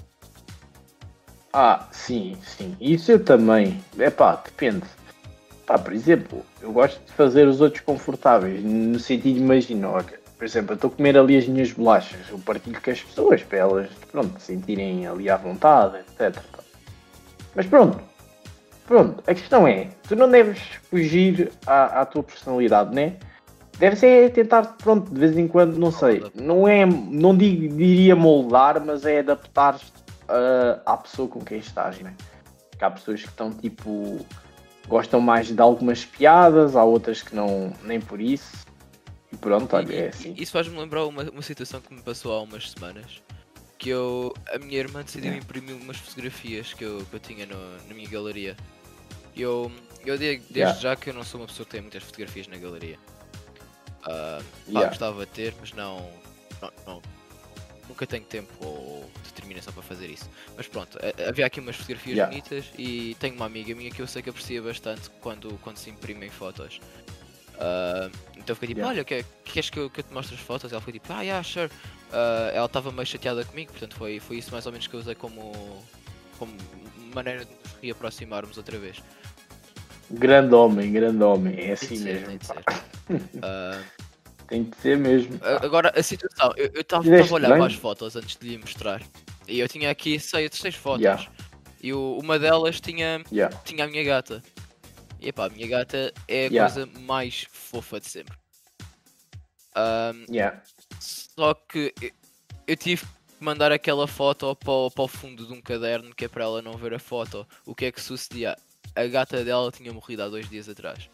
Ah, sim, sim. Isso eu também. É pá, depende. Pá, por exemplo, eu gosto de fazer os outros confortáveis, no sentido, imagina, olha, por exemplo, eu estou a comer ali as minhas bolachas, eu partilho com as pessoas para elas, pronto, sentirem ali à vontade, etcétera. Pá. Mas pronto, pronto, a questão é, tu não deves fugir à, à tua personalidade, né? Deves é tentar, pronto, de vez em quando, não sei, não é, não digo, diria moldar, mas é adaptar-te uh, à pessoa com quem estás, né? Porque há pessoas que estão tipo... gostam mais de algumas piadas, há outras que não, nem por isso. E pronto, olha, é assim. Isso faz-me lembrar uma, uma situação que me passou há umas semanas. Que eu, a minha irmã decidiu É. imprimir umas fotografias que eu, que eu tinha no, na minha galeria. Eu, eu digo desde Yeah. já que eu não sou uma pessoa que tem muitas fotografias na galeria. Uh, pá, Yeah. gostava de ter, mas não, não, não nunca tenho tempo ou determinação para fazer isso. Mas pronto, havia aqui umas fotografias Yeah. bonitas e tenho uma amiga minha que eu sei que aprecia bastante quando, quando se imprimem fotos. Uh, então eu fiquei tipo, Yeah. olha, quer, queres que eu, que eu te mostre as fotos? Ela foi tipo, ah, yeah, sure. Uh, ela estava meio chateada comigo, portanto foi, foi isso mais ou menos que eu usei como, como maneira de nos reaproximarmos outra vez. Grande homem, grande homem, é assim Tem de ser, mesmo. tem de pá. ser. Uh, Tem de ser mesmo. pá. Agora a situação, eu estava a Fizeste olhar bem? para as fotos antes de lhe mostrar e eu tinha aqui seis, seis fotos Yeah. e o- uma delas tinha, Yeah. tinha a minha gata. E epá, a minha gata é a Yeah. coisa mais fofa de sempre. Um, Yeah. só que eu, eu tive que mandar aquela foto para o, para o fundo de um caderno que é para ela não ver a foto. O que é que sucedia? A gata dela tinha morrido há dois dias atrás.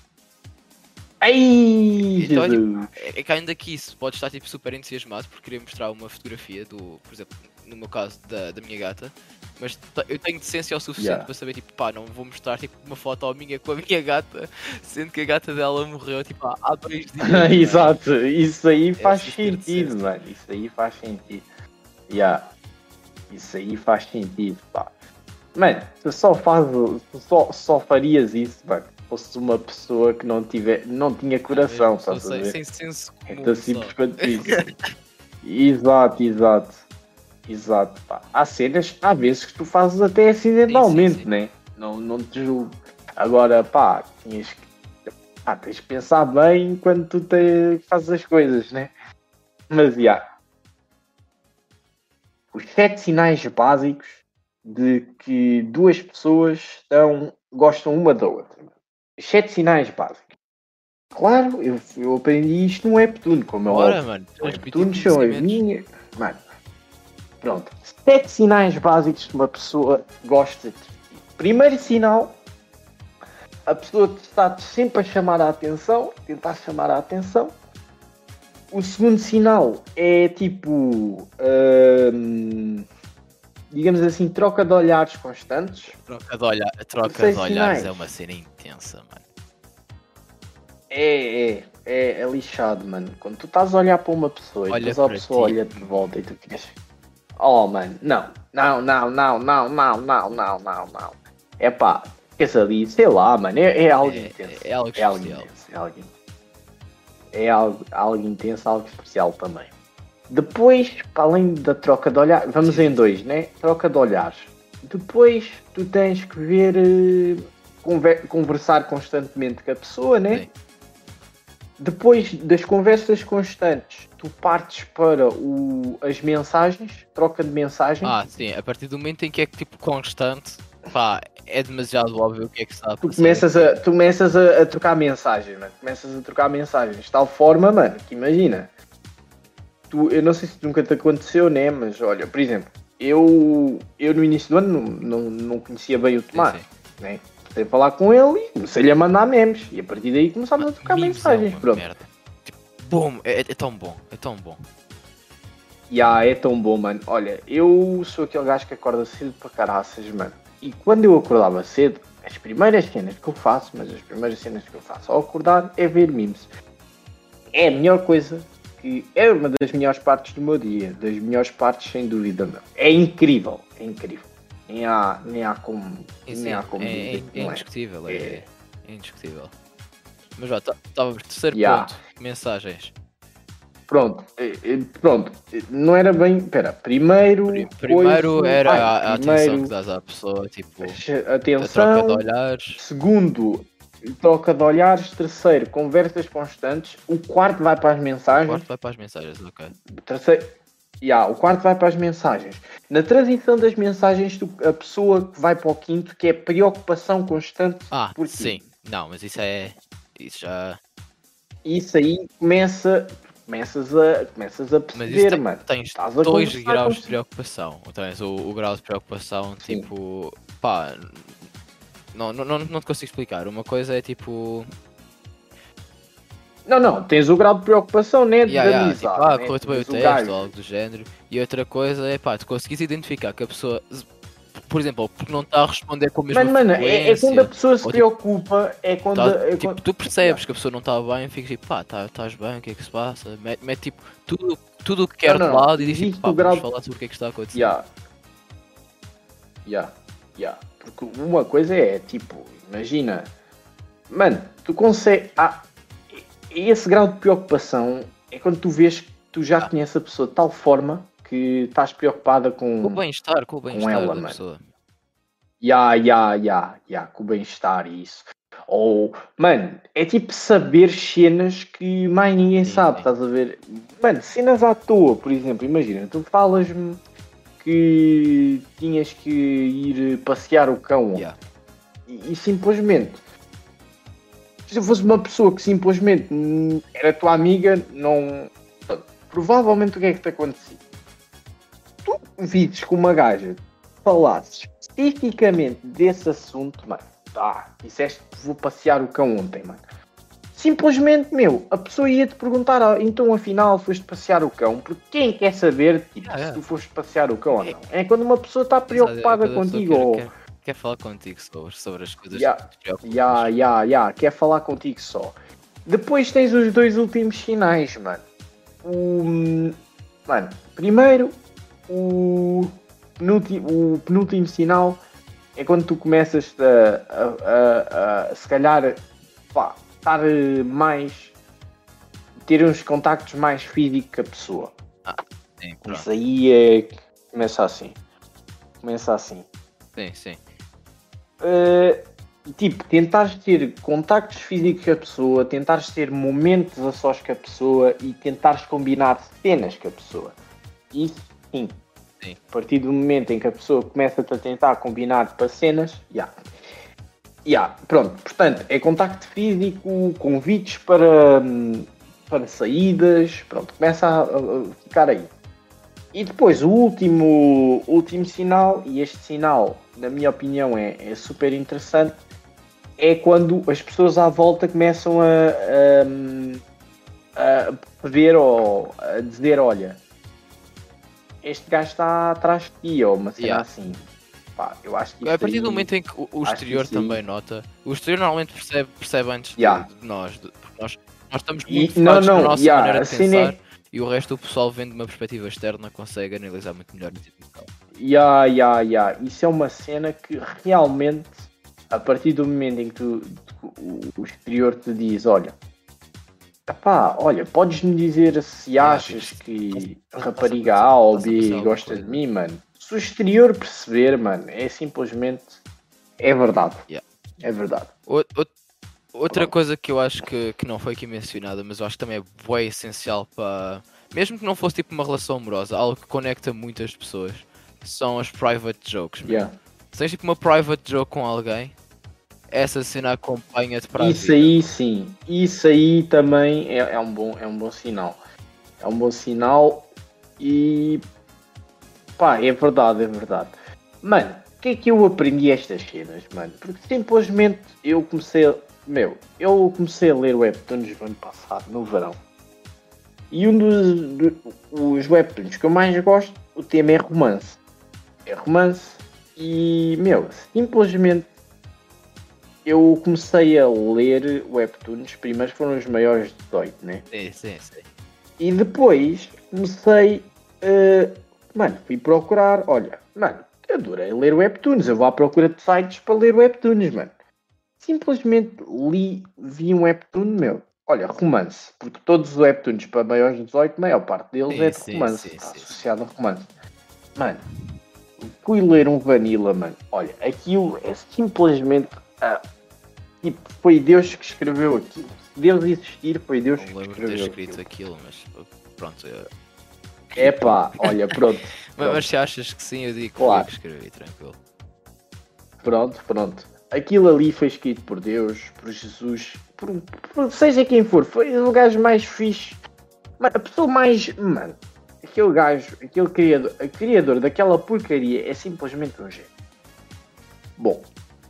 Ai, Então é, tipo, Jesus! é, é que ainda que isso pode estar tipo, super entusiasmado por querer mostrar uma fotografia do, por exemplo, no meu caso, da, da minha gata, mas t- eu tenho decência o suficiente Yeah. para saber, tipo, pá, não vou mostrar tipo, uma foto ao minha com a minha gata, sendo que a gata dela morreu tipo, há, há dois dias. mano. Exato, isso aí faz preciso ter sentido, decência. mano. Isso aí faz sentido. Yeah. Isso aí faz sentido, pá. Mano, tu só faz, tu só, só farias isso, mano. Se fosse uma pessoa que não, tiver, não tinha coração, Mesmo, só estás a sem, ver? sem senso É comum, tão só. simples quanto isso. Exato, exato. Exato, pá. Há cenas, há vezes que tu fazes até acidentalmente, Sim, sim, sim. né? Não, não te julgo. Agora, pá, tinhas que, pá, tens de pensar bem quando tu te, fazes as coisas, né? Mas, já. Yeah. Os sete sinais básicos de que duas pessoas estão, gostam uma da outra. Os sete sinais básicos. Claro, eu, eu aprendi isto no Webtoon, como é Bora, óbvio. mano. Os Transmitir Webtoons são as conhecimentos. minhas... Mano, pronto. Sete sinais básicos de uma pessoa que gosta de ti. Primeiro sinal, a pessoa está sempre a chamar a atenção, tentar chamar a atenção. O segundo sinal é tipo... hum, digamos assim, troca de olhares constantes. Troca de, olhar, troca Seis de olhares sinais. é uma cena intensa, mano. É, é, é, é lixado, mano. Quando tu estás a olhar para uma pessoa e Olha depois a para pessoa ti. olha de volta e tu ficas... Oh, mano, não, não, não, não, não, não, não, não, não, não. É pá, ficas ali, sei lá, mano, é, é algo É, intenso. é algo É algo especial. intenso, é algo intenso. É algo, algo intenso, algo especial também. Depois, para além da troca de olhar, vamos Sim, em sim. dois, né? Troca de olhares. Depois, tu tens que ver, eh, conver- conversar constantemente com a pessoa, né? Sim. Depois das conversas constantes, tu partes para o, as mensagens, troca de mensagens. Ah, sim, a partir do momento em que é tipo constante, pá, é demasiado óbvio o que é que está a Tu passar. começas, aqui. a, tu começas a, a trocar mensagens, mano. Começas a trocar mensagens de tal forma, mano, que imagina. tu, eu não sei se nunca te aconteceu, né? Mas olha, por exemplo, eu, eu no início do ano não, não, não conhecia bem o Tomás, sim, sim. né? Comecei a falar com ele e comecei-lhe a mandar memes. E a partir daí começámos a trocar Memes é mensagens, uma pronto. merda. Tipo, bom, é, é tão bom, é tão bom. E ah, é tão bom, mano. Olha, eu sou aquele gajo que acorda cedo para caraças, mano. E quando eu acordava cedo, as primeiras cenas que eu faço, mas as primeiras cenas que eu faço ao acordar é ver memes. É a melhor coisa, que é uma das melhores partes do meu dia, das melhores partes sem dúvida, meu. É incrível, é incrível. Nem há, nem há como, Sim, nem sim, há como é, dizer é, que é não é. indiscutível, é, É. é indiscutível. Mas já, estava no terceiro Yeah. ponto, mensagens. Pronto, eh, eh, pronto, eh, não era bem, espera, primeiro, Pri- Primeiro coiso- era ai, a, a atenção primeiro, que dás à pessoa, tipo, a atenção, troca de olhares. segundo, troca de olhares, terceiro, conversas constantes, o quarto vai para as O mensagens, quarto vai para as mensagens, ok. terceiro, yeah, o quarto vai para as mensagens. Na transição das mensagens, tu- a pessoa que vai para o quinto, que é preocupação constante Ah, por ti. sim. Não, mas isso é. Isso já. Isso aí começa, começas a, começas a Mas isso perceber, tem, mano. tens Estás a dois conversar graus de contigo. preocupação. Ou tens o, o grau de preocupação, Sim. tipo. Pá. Não, não, não, não te consigo explicar. Uma coisa é tipo. Não, não, tens o grau de preocupação, né? De Yeah, yeah, amizade, tipo, ah, né? correu-te bem o Tens o teste gajo. ou algo do género. E outra coisa é, pá, tu conseguis identificar que a pessoa, por exemplo, ou porque não está a responder com a mesma Mano, mano, é, é quando a frequência, pessoa se ou tipo, preocupa, é quando... tá- é tipo, quando- tu percebes que a pessoa não está bem, ficas tipo, pá, tá- estás bem, o que é que se passa? Mete, mete, tipo, tudo tudo o que quer Não, de não, não. lado e diz tipo, Existe pá, o grau vamos de- falar sobre o que é que está a acontecer. Yeah. Yeah. Yeah. Porque uma coisa é, tipo, imagina... Mano, tu consegues... Ah, e- esse grau de preocupação é quando tu vês que tu já Ah. conheces a pessoa de tal forma que estás preocupada com... Com o bem-estar, com o bem-estar ela, da mano. pessoa. Ya, ya, ya, ya, com o bem-estar e isso. Ou, mano, é tipo saber cenas que mais ninguém Sim, sabe, sim. estás a ver? Mano, cenas à toa, por exemplo, imagina, tu falas-me que tinhas que ir passear o cão ontem. Yeah. E, e simplesmente, se eu fosse uma pessoa que simplesmente hum, era tua amiga, não. Provavelmente o que é que te acontecia? Tu vides com uma gaja, falasses especificamente desse assunto, mano. Tá, disseste que vou passear o cão ontem, mano. Simplesmente, meu, a pessoa ia te perguntar, ah, então afinal foste passear o cão, porque quem quer saber tipo, Yeah, yeah. se tu foste passear o cão ou não? É quando uma pessoa está preocupada Exato, é quando a pessoa contigo quer, ou. quer, quer falar contigo sobre, sobre as coisas Yeah, que te preocupam. Ya, ya, ya, quer falar contigo só. Depois tens os dois últimos sinais, mano. O, mano, primeiro, o penúltimo, o penúltimo sinal é quando tu começas a, a, a, a se calhar, pá, estar mais, ter uns contactos mais físicos com a pessoa. Sim, pronto. Isso aí é, começa assim, começa assim. Sim, sim. Uh, tipo, tentares ter contactos físicos com a pessoa, tentares ter momentos a sós com a pessoa e tentares combinar cenas com a pessoa. Isso sim. Sim. A partir do momento em que a pessoa começa-te a tentar combinar para cenas, já. Yeah. Yeah, pronto, portanto, é contacto físico, convites para, para saídas, pronto, começa a, a ficar aí. E depois o último, último sinal, e este sinal, na minha opinião, é, é super interessante, é quando as pessoas à volta começam a, a, a ver ou a dizer, olha, este gajo está atrás de ti, ou uma cena Yeah. assim. Pá, eu acho que A isso partir aí, do momento em que o, o acho exterior que isso aí- também nota, o exterior normalmente percebe, percebe antes de- Yeah. de, nós, de- porque nós, nós estamos E- muito não, focados não, na nossa yeah, maneira de a cena é- pensar e o resto do pessoal vendo de uma perspectiva externa consegue analisar muito melhor a situação. Ya, ya, ya. Isso é uma cena que realmente, a partir do momento em que tu, tu- o, o exterior te diz, olha, epá, olha, podes-me dizer se Yeah, achas tipo, que estás- a estás a rapariga passar- A ou estás a passar B alguma gosta de coisa. mim, mano. Se o exterior perceber, mano, é simplesmente, é verdade. Yeah. É verdade. Ou- ou- outra Pronto. coisa que eu acho que, que não foi aqui mencionada, mas eu acho que também é bué essencial para. Mesmo que não fosse tipo uma relação amorosa, algo que conecta muitas pessoas, são as private jokes. meu. Yeah. Se tens tipo uma private joke com alguém, essa cena acompanha-te para a Isso vida. aí sim, isso aí também é, é um, bom, é um bom sinal. É um bom sinal e pá, é verdade, é verdade. Mano, o que é que eu aprendi estas cenas, mano? Porque simplesmente eu comecei a... Meu, eu comecei a ler webtoons no ano passado, no verão. E um dos, dos os webtoons que eu mais gosto, o tema é romance. É romance e, meu, simplesmente eu comecei a ler webtoons, primeiro foram os maiores de dezoito, né? Sim, sim, sim. E depois comecei, uh, mano, fui procurar, olha, mano, eu adorei ler webtoons, eu vou à procura de sites para ler webtoons, mano. Simplesmente li, vi um webtoon meu. Olha, romance, porque todos os webtoons para maiores de dezoito, a maior parte deles é Sim, de sim, romance, sim, está sim, sim. associado a romance. Mano, fui ler um Vanilla, mano. Olha, aquilo é simplesmente. Ah, tipo, foi Deus que escreveu aquilo. Se Deus existir, foi Deus Não que lembro de ter escreveu escrito aquilo. aquilo, mas pronto. Eu... É pá, olha, pronto. Mas, pronto. mas se achas que sim, eu digo que Claro. foi eu que escrevi, tranquilo. Pronto, pronto. Aquilo ali foi escrito por Deus, por Jesus, por, por seja quem for. Foi o gajo mais fixe. Mano, a pessoa mais. Mano, aquele gajo, aquele criador, a criador daquela porcaria é simplesmente um gênio. Bom.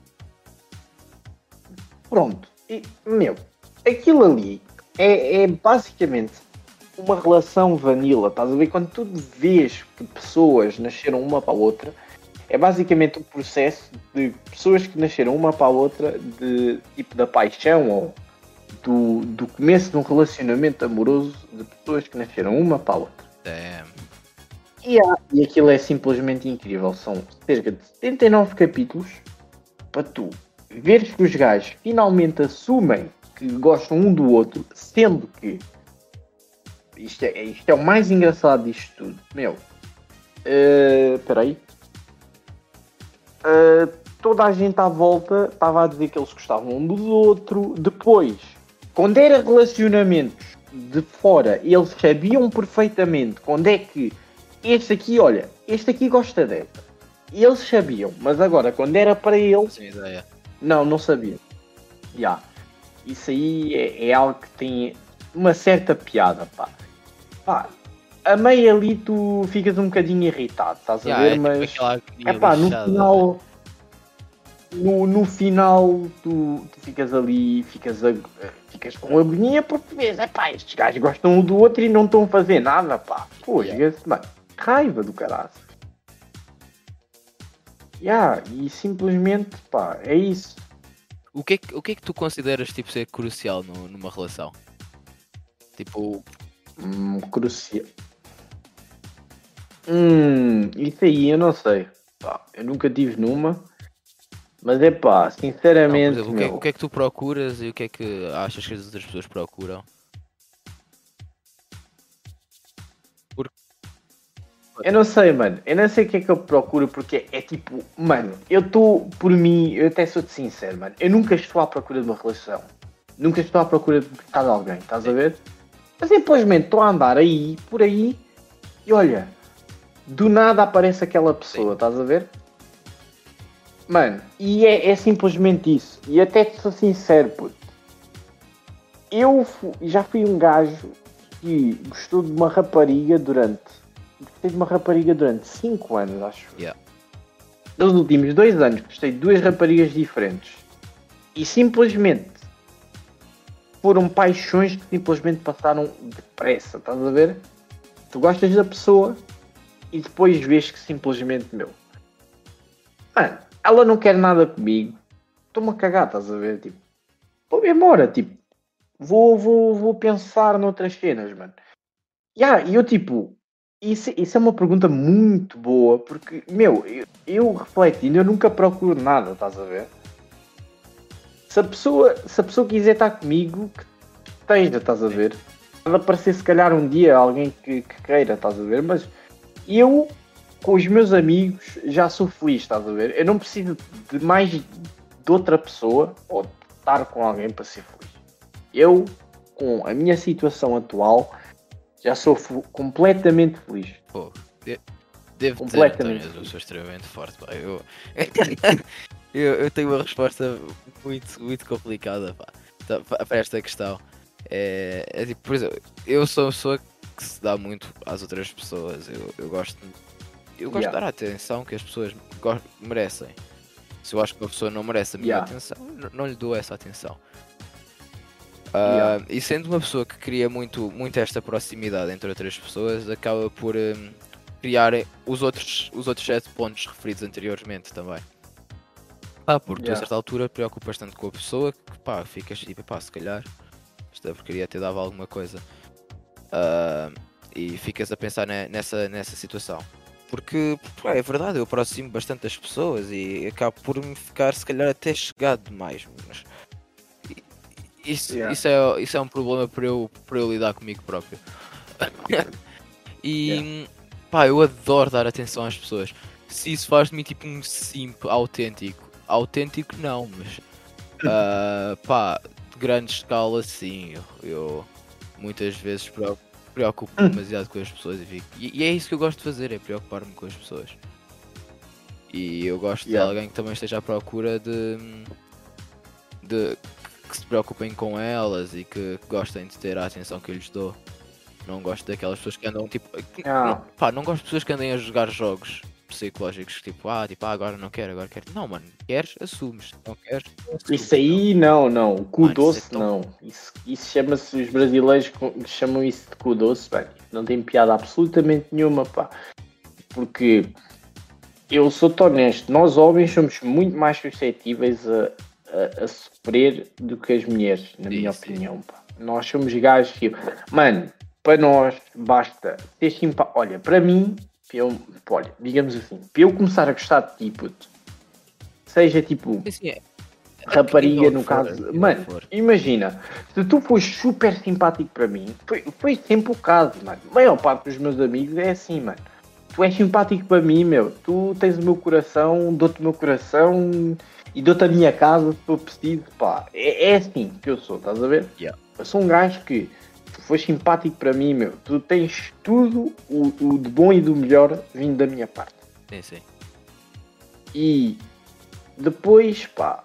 Pronto. E, meu, aquilo ali é, é basicamente uma relação vanilla. Estás a ver? Quando tu vês que pessoas nasceram uma para a outra, é basicamente um processo de pessoas que nasceram uma para a outra, de tipo da paixão ou do, do começo de um relacionamento amoroso de pessoas que nasceram uma para a outra. Damn. E, há, e aquilo é simplesmente incrível. São cerca de setenta e nove capítulos para tu veres que os gajos finalmente assumem que gostam um do outro, sendo que isto é, isto é o mais engraçado disto tudo. Meu, espera uh, aí. Uh, toda a gente à volta estava a dizer que eles gostavam um do outro. Depois, quando era relacionamentos de fora, eles sabiam perfeitamente quando é que este aqui, olha, este aqui gosta desta. E eles sabiam, mas agora quando era para eles, Sem ideia. não, não sabiam. Já. Yeah. Isso aí é, é algo que tem uma certa piada, pá. Pá, a meio ali tu ficas um bocadinho irritado, estás Yeah, a ver? é Mas tipo é pá, no lixada, final, né? no, no final tu, tu ficas ali, ficas, a, ficas com agonia porque vês, é pá, estes gajos gostam um do outro e não estão a fazer nada, pá. Pô, yeah. Mano, raiva do caralho. Yeah, e simplesmente, pá, é isso. O que é que, o que é que tu consideras tipo, ser crucial no, numa relação? Tipo. Hum, crucial. Hum, isso aí eu não sei. Pá, eu nunca tive numa. Mas é pá, sinceramente. Não, por exemplo, o, que é, o que é que tu procuras e o que é que achas que as outras pessoas procuram? Porque... Eu não sei, mano. Eu não sei o que é que eu procuro porque é tipo, mano, eu estou por mim, eu até sou-te sincero, mano. Eu nunca estou à procura de uma relação. Nunca estou à procura de gostar de alguém, estás a ver? Mas simplesmente estou a andar aí, por aí, e olha, do nada aparece aquela pessoa, estás a ver? Mano, e é, é simplesmente isso. E até te sou sincero, puto. Eu fui, já fui um gajo que gostou de uma rapariga durante. Gostei de uma rapariga durante cinco anos, acho. Yeah. Nos últimos dois anos gostei de duas raparigas diferentes. E simplesmente foram paixões que simplesmente passaram depressa, estás a ver? Tu gostas da pessoa e depois vês que simplesmente, meu, mano, ela não quer nada comigo, estou-me a cagar, estás a ver? Tipo, vou-me embora, tipo, vou, vou, vou pensar noutras cenas, mano. E yeah, eu, tipo, isso, isso é uma pergunta muito boa, porque, meu, eu, eu refletindo, eu nunca procuro nada, estás a ver? Se a pessoa, se a pessoa quiser estar comigo, que esteja, estás a ver? Pode aparecer se calhar um dia alguém que, que queira, estás a ver? Mas eu, com os meus amigos, já sou feliz, estás a ver? Eu não preciso de mais de outra pessoa ou de estar com alguém para ser feliz. Eu, com a minha situação atual, já sou f- completamente feliz. Pô, de- devo completamente dizer, António, eu sou extremamente forte, pá. Eu... eu, eu tenho uma resposta muito, muito complicada, pá, para esta questão. É, é tipo, por exemplo, eu sou uma pessoa que se dá muito às outras pessoas. Eu, eu gosto, eu gosto Yeah. de dar a atenção que as pessoas go- merecem. Se eu acho que uma pessoa não merece a minha Yeah. atenção, n- não lhe dou essa atenção. Ah, Yeah. E sendo uma pessoa que cria muito, muito esta proximidade entre outras pessoas, acaba por hum, criar os outros, os outros sete pontos referidos anteriormente também. Pá, porque tu a Yeah. certa altura preocupas tanto com a pessoa que pá, ficas tipo, pá, se calhar esta porcaria te dava alguma coisa. Ah, e ficas a pensar ne- nessa, nessa situação. Porque pá, é verdade, eu aproximo bastante das pessoas e acabo por me ficar se calhar até chegado demais. Mas i- isso, Yeah. isso, é, isso é um problema para eu, para eu lidar comigo próprio. E pá, eu adoro dar atenção às pessoas. Se isso faz de mim tipo um simp autêntico. Autêntico não, mas ah, pá, de grande escala sim. Eu, eu muitas vezes preo- preocupo-me demasiado com as pessoas e, fico, e, e é isso que eu gosto de fazer, é preocupar-me com as pessoas. E eu gosto Yeah. de alguém que também esteja à procura de, de que se preocupem com elas e que gostem de ter a atenção que eu lhes dou. Não gosto daquelas pessoas que andam tipo. que- Ah. Não, pá, não gosto de pessoas que andem a jogar jogos psicológicos tipo, ah, tipo, ah, agora não quero, agora quero. Não, mano, queres, assumes. Não queres, não assumes. Isso aí não, não. O cu Mano, isso é doce tão- não. Isso, isso chama-se, os brasileiros co- chamam isso de cu doce, velho. Não tem piada absolutamente nenhuma, pá. Porque eu sou-te honesto, nós homens somos muito mais suscetíveis a, a, a sofrer do que as mulheres, na Sim, minha sim. opinião, pá. Nós somos gajos que. Mano, para nós basta ter simpático. Olha, para mim, eu, olha, digamos assim, para eu começar a gostar de ti, puto, seja tipo Sim, sim, é. rapariga Nível no que for, caso. nível Mano, que for. imagina, se tu fores super simpático para mim, foi, foi sempre o caso, mano. A maior parte dos meus amigos é assim, mano. Tu és simpático para mim, meu. Tu tens o meu coração, dou-te o meu coração e dou-te a minha casa se for preciso, pá. É, é assim que eu sou, estás a ver? Yeah. Eu sou um gajo que, se tu fores simpático para mim, meu, tu tens tudo o, o de bom e do melhor vindo da minha parte. Sim, sim. E depois, pá,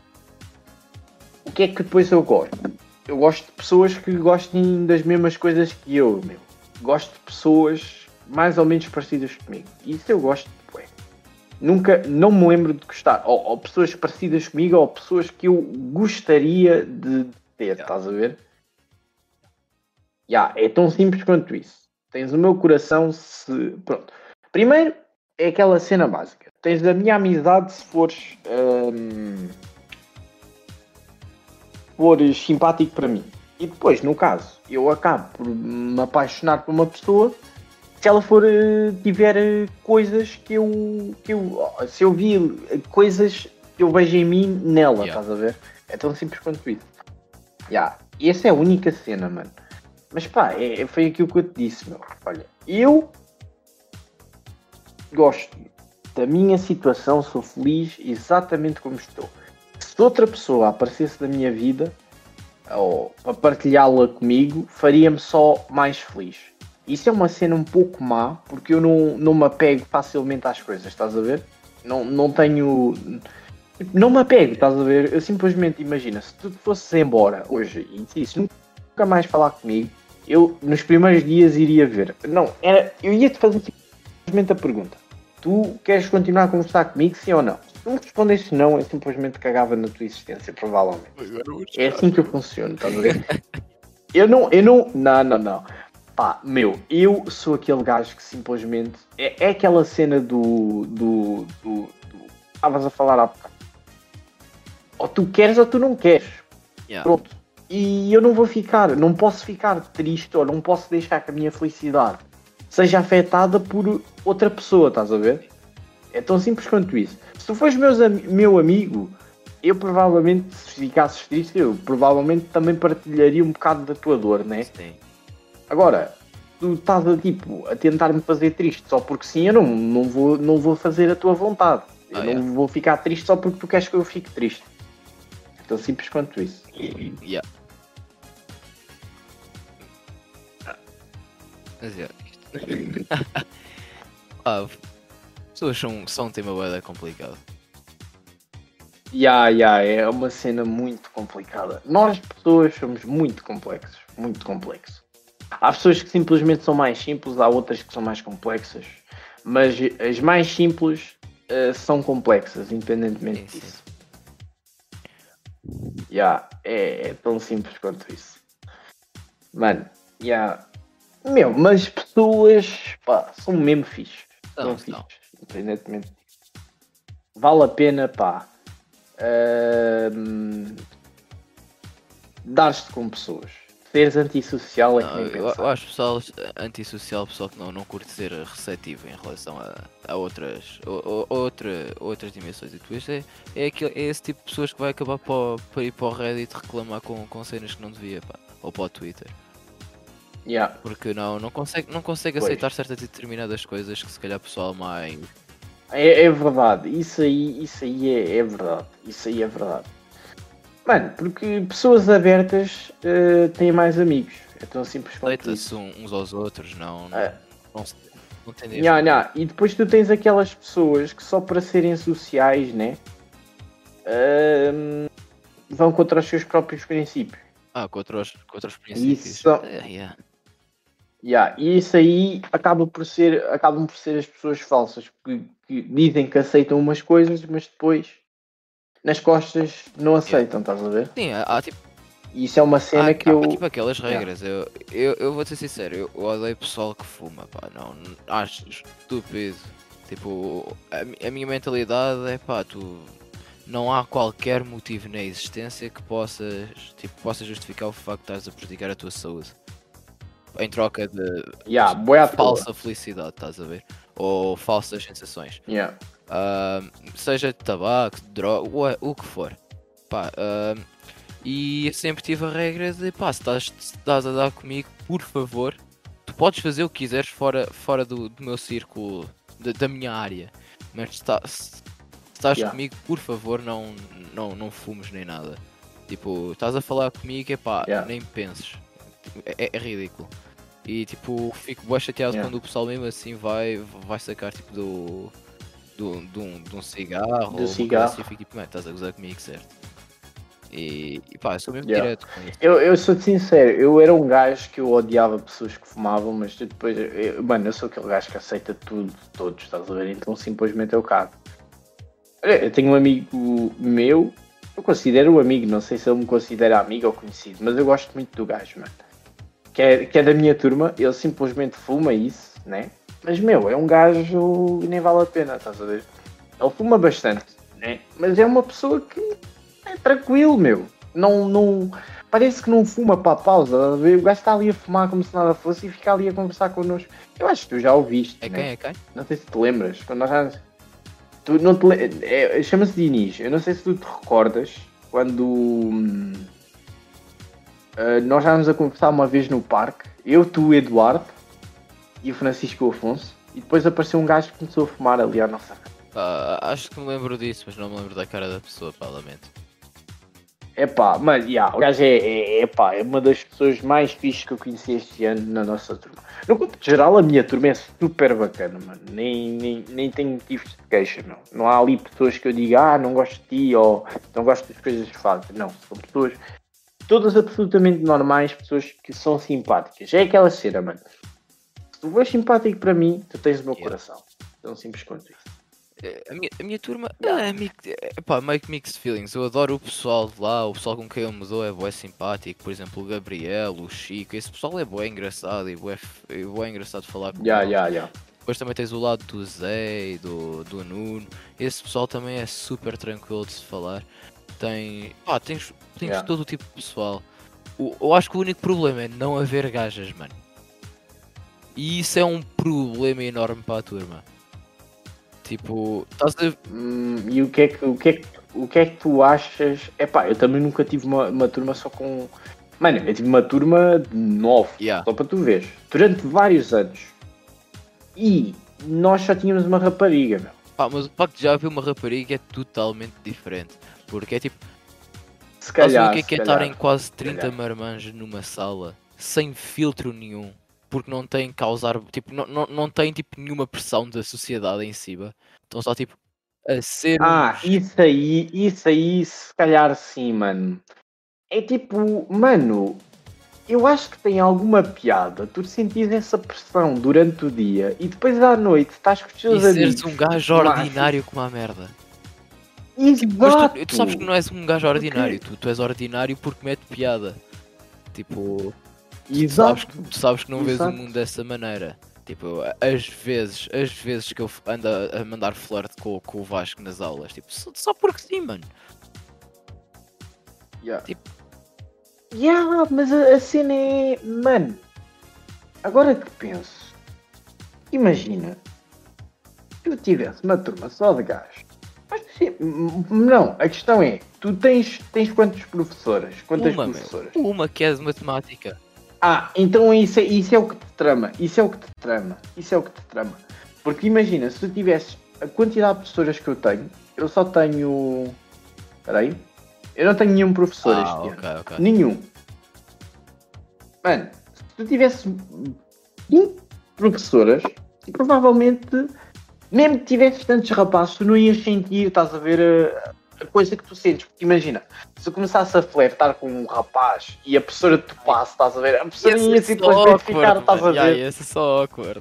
o que é que depois eu gosto? Eu gosto de pessoas que gostem das mesmas coisas que eu, meu. Gosto de pessoas mais ou menos parecidas comigo. Isso eu gosto, ué. Nunca, não me lembro de gostar. Ou, ou pessoas parecidas comigo, ou pessoas que eu gostaria de ter, Yeah. estás a ver? Já, é tão simples quanto isso. Tens o meu coração se... Pronto. Primeiro, é aquela cena básica. Tens a minha amizade se fores... hum, fores simpático para mim. E depois, no caso, eu acabo por me apaixonar por uma pessoa se ela for eh, tiver eh, coisas que eu, que eu se eu vi eh, coisas que eu vejo em mim nela, Yeah. estás a ver? É tão simples quanto isso. Yeah. E essa é a única cena, mano. Mas pá, é, foi aquilo que eu te disse, meu. Olha, eu gosto da minha situação, sou feliz exatamente como estou. Se outra pessoa aparecesse na minha vida ou para partilhá-la comigo, faria-me só mais feliz. Isso é uma cena um pouco má, porque eu não, não me apego facilmente às coisas, estás a ver? Não, não tenho... Não me apego, estás a ver? Eu simplesmente, imagina, se tu fosses embora hoje e disse nunca mais falar comigo, eu nos primeiros dias iria ver. Não, era, eu ia-te fazer simplesmente a pergunta. Tu queres continuar a conversar comigo, sim ou não? Se tu me respondesses não, eu simplesmente cagava na tua existência, provavelmente. É assim que eu funciono, estás a ver? Eu não, eu não, não, não, não. Pá, meu, eu sou aquele gajo que simplesmente, é, é aquela cena do, do, do, do, estavas a falar há bocado. Ou tu queres ou tu não queres. Yeah. Pronto. E eu não vou ficar, não posso ficar triste ou não posso deixar que a minha felicidade seja afetada por outra pessoa, estás a ver? É tão simples quanto isso. Se tu fores meus, am- meu amigo, eu provavelmente, se ficasses triste, eu provavelmente também partilharia um bocado da tua dor, né? Sim. Agora, tu estás a, tipo, a tentar me fazer triste só porque sim, eu não, não, vou, não vou fazer a tua vontade. Eu Ah, não yeah. vou ficar triste só porque tu queres que eu fique triste. É tão simples quanto isso. Yeah. Mas yeah, isto- ah, pessoas são, são um tema bué complicado. Ya, ya, é uma cena muito complicada. Nós, pessoas, somos muito complexos. Muito complexos. Há pessoas que simplesmente são mais simples, há outras que são mais complexas. Mas as mais simples uh, são complexas, independentemente Sim, sim. disso. Yeah, é, é tão simples quanto isso. Mano, yeah. Meu, mas pessoas, pá, são mesmo fixe. São Não, fixe, não. independentemente. Vale a pena, pá, uh, dar-te com pessoas. Seres antissocial é que Não, nem eu, eu pensar. acho pessoal antissocial, pessoal que não, não curte ser receptivo em relação a, a outras, o, o- outra, outras dimensões. E depois é, é, aquele, é esse tipo de pessoas que vai acabar para, para ir para o Reddit reclamar com, com cenas que não devia, pá, ou para o Twitter. Yeah, Porque não, não consegue, não consegue pois. aceitar certas e determinadas coisas que se calhar o pessoal mais. É, é verdade, isso aí, isso aí é, é verdade. Isso aí é verdade. Mano, porque pessoas abertas uh, têm mais amigos. É tão simples quanto Aceita-se isso. uns aos outros, não, não, Uh, não, se- não tendem a nha, excluir. nha. E depois tu tens aquelas pessoas que só para serem sociais, né? Uh, vão contra os seus próprios princípios. Ah, com outros, com outros E princípios. isso, É, yeah. yeah, e isso aí acaba por ser, acabam por ser as pessoas falsas que, que dizem que aceitam umas coisas, mas depois nas costas não Yeah. aceitam, estás a ver? Sim, há, há tipo. E isso é uma Há, cena que há eu. tipo aquelas Yeah. regras, eu, eu, eu vou ser sincero, eu, eu odeio pessoal que fuma, pá, não, n- acho estúpido. Tipo, a, mi- a minha mentalidade é pá, tu não há qualquer motivo na existência que possas, tipo, possa justificar o facto de estás a prejudicar a tua saúde. Em troca de Yeah, boé à toa. falsa felicidade, estás a ver? Ou falsas sensações. Yeah. Ah, seja de tabaco, de droga, o, o que for. Pá, ah, e eu sempre tive a regra de pá, se estás, se estás a dar comigo, por favor, tu podes fazer o que quiseres fora, fora do, do meu círculo, da, da minha área. Mas se, tá- se- se estás Yeah. comigo, por favor, não, não, não fumes nem nada. Tipo, estás a falar comigo, é pá, Yeah. nem penses. Tipo, é, é ridículo. E tipo, fico bem chateado Yeah. quando o pessoal mesmo assim vai, vai sacar tipo do, do, de, um, de um cigarro Do ou uma coisa cigarro. assim, eu fico tipo, mano, estás a gozar comigo, certo? E, e pá, eu sou mesmo Yeah. direto com isso. Eu, eu sou-te sincero, eu era um gajo que eu odiava pessoas que fumavam, mas depois, eu, mano, eu sou aquele gajo que aceita tudo de todos, estás a ver? Então simplesmente eu cago. Olha, eu tenho um amigo meu, eu considero um amigo, não sei se ele me considera amigo ou conhecido, mas eu gosto muito do gajo, mano. Que é, que é da minha turma, ele simplesmente fuma isso, né? Mas meu, é um gajo e nem vale a pena, estás a ver? Ele fuma bastante, né? Mas é uma pessoa que é tranquilo, meu. Não, não, parece que não fuma para a pausa. Estás a ver? O gajo está ali a fumar como se nada fosse e fica ali a conversar connosco. Eu acho que tu já ouviste, É né? quem? É quem? Não sei se te lembras. Quando nós já... tu não te le... é, chama-se Diniz. Eu não sei se tu te recordas quando hum, uh, nós já nos a conversar uma vez no parque. Eu, tu, o Eduardo e o Francisco Afonso. E depois apareceu um gajo que começou a fumar ali à nossa frente. Pá, acho que me lembro disso, mas não me lembro da cara da pessoa, pá, lamento. É pá, mas yeah, o gajo é, é, é, pá, é uma das pessoas mais fixes que eu conheci este ano na nossa turma. No contexto geral, a minha turma é super bacana, mano. Nem, nem, nem tenho motivos de queixa, não. Não há ali pessoas que eu diga, ah, não gosto de ti ou não gosto das coisas que fazes. Não, são pessoas todas absolutamente normais, pessoas que são simpáticas. É aquela cena, mano. Se tu és simpático para mim, tu tens o meu Yeah. coração. Tão simples quanto isso. A minha, a minha turma Yeah. é, mi- é pá, meio que mixed feelings. Eu adoro o pessoal de lá, o pessoal com quem eu me dou é bué simpático. Por exemplo, o Gabriel, o Chico, esse pessoal é bué engraçado e bué, f- e bué engraçado de falar com Yeah, eles. yeah, yeah. Depois também tens o lado do Zé e do, do Nuno. Esse pessoal também é super tranquilo de se falar. Tem, pá, tens, tens Yeah. todo o tipo de pessoal. O- eu acho que o único problema é não haver gajas, mano. E isso é um problema enorme para a turma. Tipo, estás a. Hum, e o que, é que, o, que é que, o que é que tu achas? Epá, eu também nunca tive uma, uma turma só com. Mano, eu tive uma turma de nove, Yeah. só para tu veres, durante vários anos. E nós só tínhamos uma rapariga, meu. Pá, mas o facto de já haver uma rapariga é totalmente diferente. Porque é tipo, Se estás a ver o calhar, que é se que é calhar. estarem quase trinta calhar. marmanjos numa sala sem filtro nenhum, porque não têm causar, tipo, não, não, não têm tipo nenhuma pressão da sociedade em cima. Estão só tipo a ser Ah, uns. isso aí, isso aí, se calhar sim, mano. É tipo, mano, eu acho que tem alguma piada tu sentires essa pressão durante o dia e depois à noite estás com os teus E amigos. seres um gajo machos. ordinário como a merda. Exato. Mas tu, tu sabes que não és um gajo Porque- ordinário, tu, tu és ordinário porque mete piada. Tipo, tu Exato. sabes, que- tu sabes que não vês o Exato. mundo dessa maneira. Tipo, às vezes, às vezes que eu f- ando a, a mandar flerte com, com o Vasco nas aulas, tipo, só, só porque sim, mano. Yeah. Tipo- Yeah, mas a, a cena é. Mano, agora que penso, imagina, se eu tivesse uma turma só de gajos. Mas, sim, m- não, a questão é, tu tens, tens quantas professoras? Quantas Uma, meu, professoras? uma que é de matemática. Ah, então isso é, isso é o que te trama, isso é o que te trama, isso é o que te trama. Porque imagina, se tu tivesses a quantidade de professoras que eu tenho, eu só tenho. Espera aí. Eu não tenho nenhum professor Ah, este ok, ano. ok. Nenhum. Mano, se tu tivesses vinte professoras, provavelmente, mesmo que tivesses tantos rapazes, tu não ias sentir, estás a ver, a, a coisa que tu sentes. Porque imagina, se eu começasse a flertar com um rapaz e a professora te passa, estás a ver, a professora ia simplesmente ficar, estás a ver. Ia ser só awkward.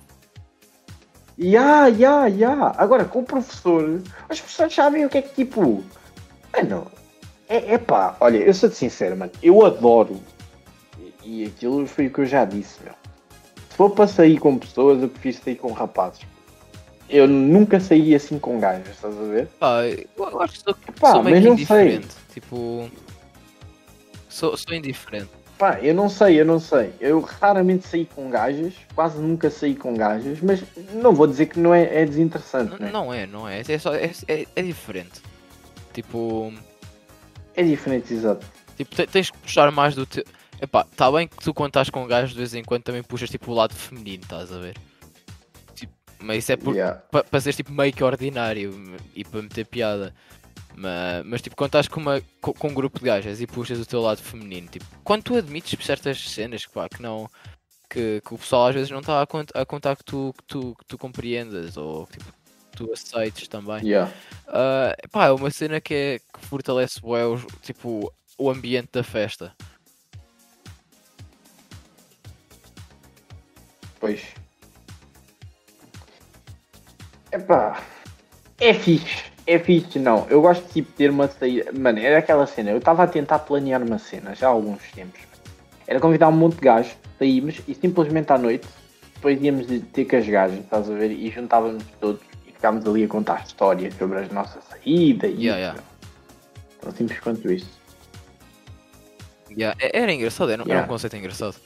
Ya, ya, ya. Agora, com o professor, os professores sabem o que é que tipo. Mano, é, é pá, olha, eu sou-te sincero, mano, eu adoro. E, e aquilo foi o que eu já disse, meu. Se for para sair com pessoas, eu prefiro sair com rapazes. Eu nunca saí assim com gajos, estás a ver? Pá, eu acho que sou, Pá, sou meio mas que não sei. indiferente. Tipo, sou, sou indiferente. Pá, eu não sei, eu não sei. Eu raramente saí com gajas, quase nunca saí com gajas, mas não vou dizer que não é, é desinteressante, N- né? Não é, não é. É, só, é, é, é diferente. Tipo, É diferente, exato. tipo te- tens que puxar mais do teu. Epá, tá bem que tu quando estás com gajos de vez em quando também puxas tipo o lado feminino, estás a ver? Tipo, mas isso é por, Yeah. para seres tipo meio que ordinário e para meter piada. Mas, mas tipo, quando estás com, uma, com, com um grupo de gajas e puxas o teu lado feminino, tipo, quando tu admites certas cenas que, pá, que não. Que, que o pessoal às vezes não está a, cont a contar que tu, que, tu, que tu compreendas ou tipo, que tu aceites também. Yeah. Uh, pá, é uma cena que, é, que fortalece bué, os- tipo, o ambiente da festa. Pois. Epá, é fixe. É fixe, não. Eu gosto de tipo, ter uma saída. Mano, era aquela cena. Eu estava a tentar planear uma cena já há alguns tempos. Era convidar um monte de gajos, saímos e simplesmente à noite, depois íamos de- ter com as gajas, estás a ver? E juntávamos todos e ficámos ali a contar histórias sobre as nossas saídas e Yeah, isso. yeah. Tão simples quanto isso. Yeah, é- Era engraçado, era, era Yeah. um conceito engraçado.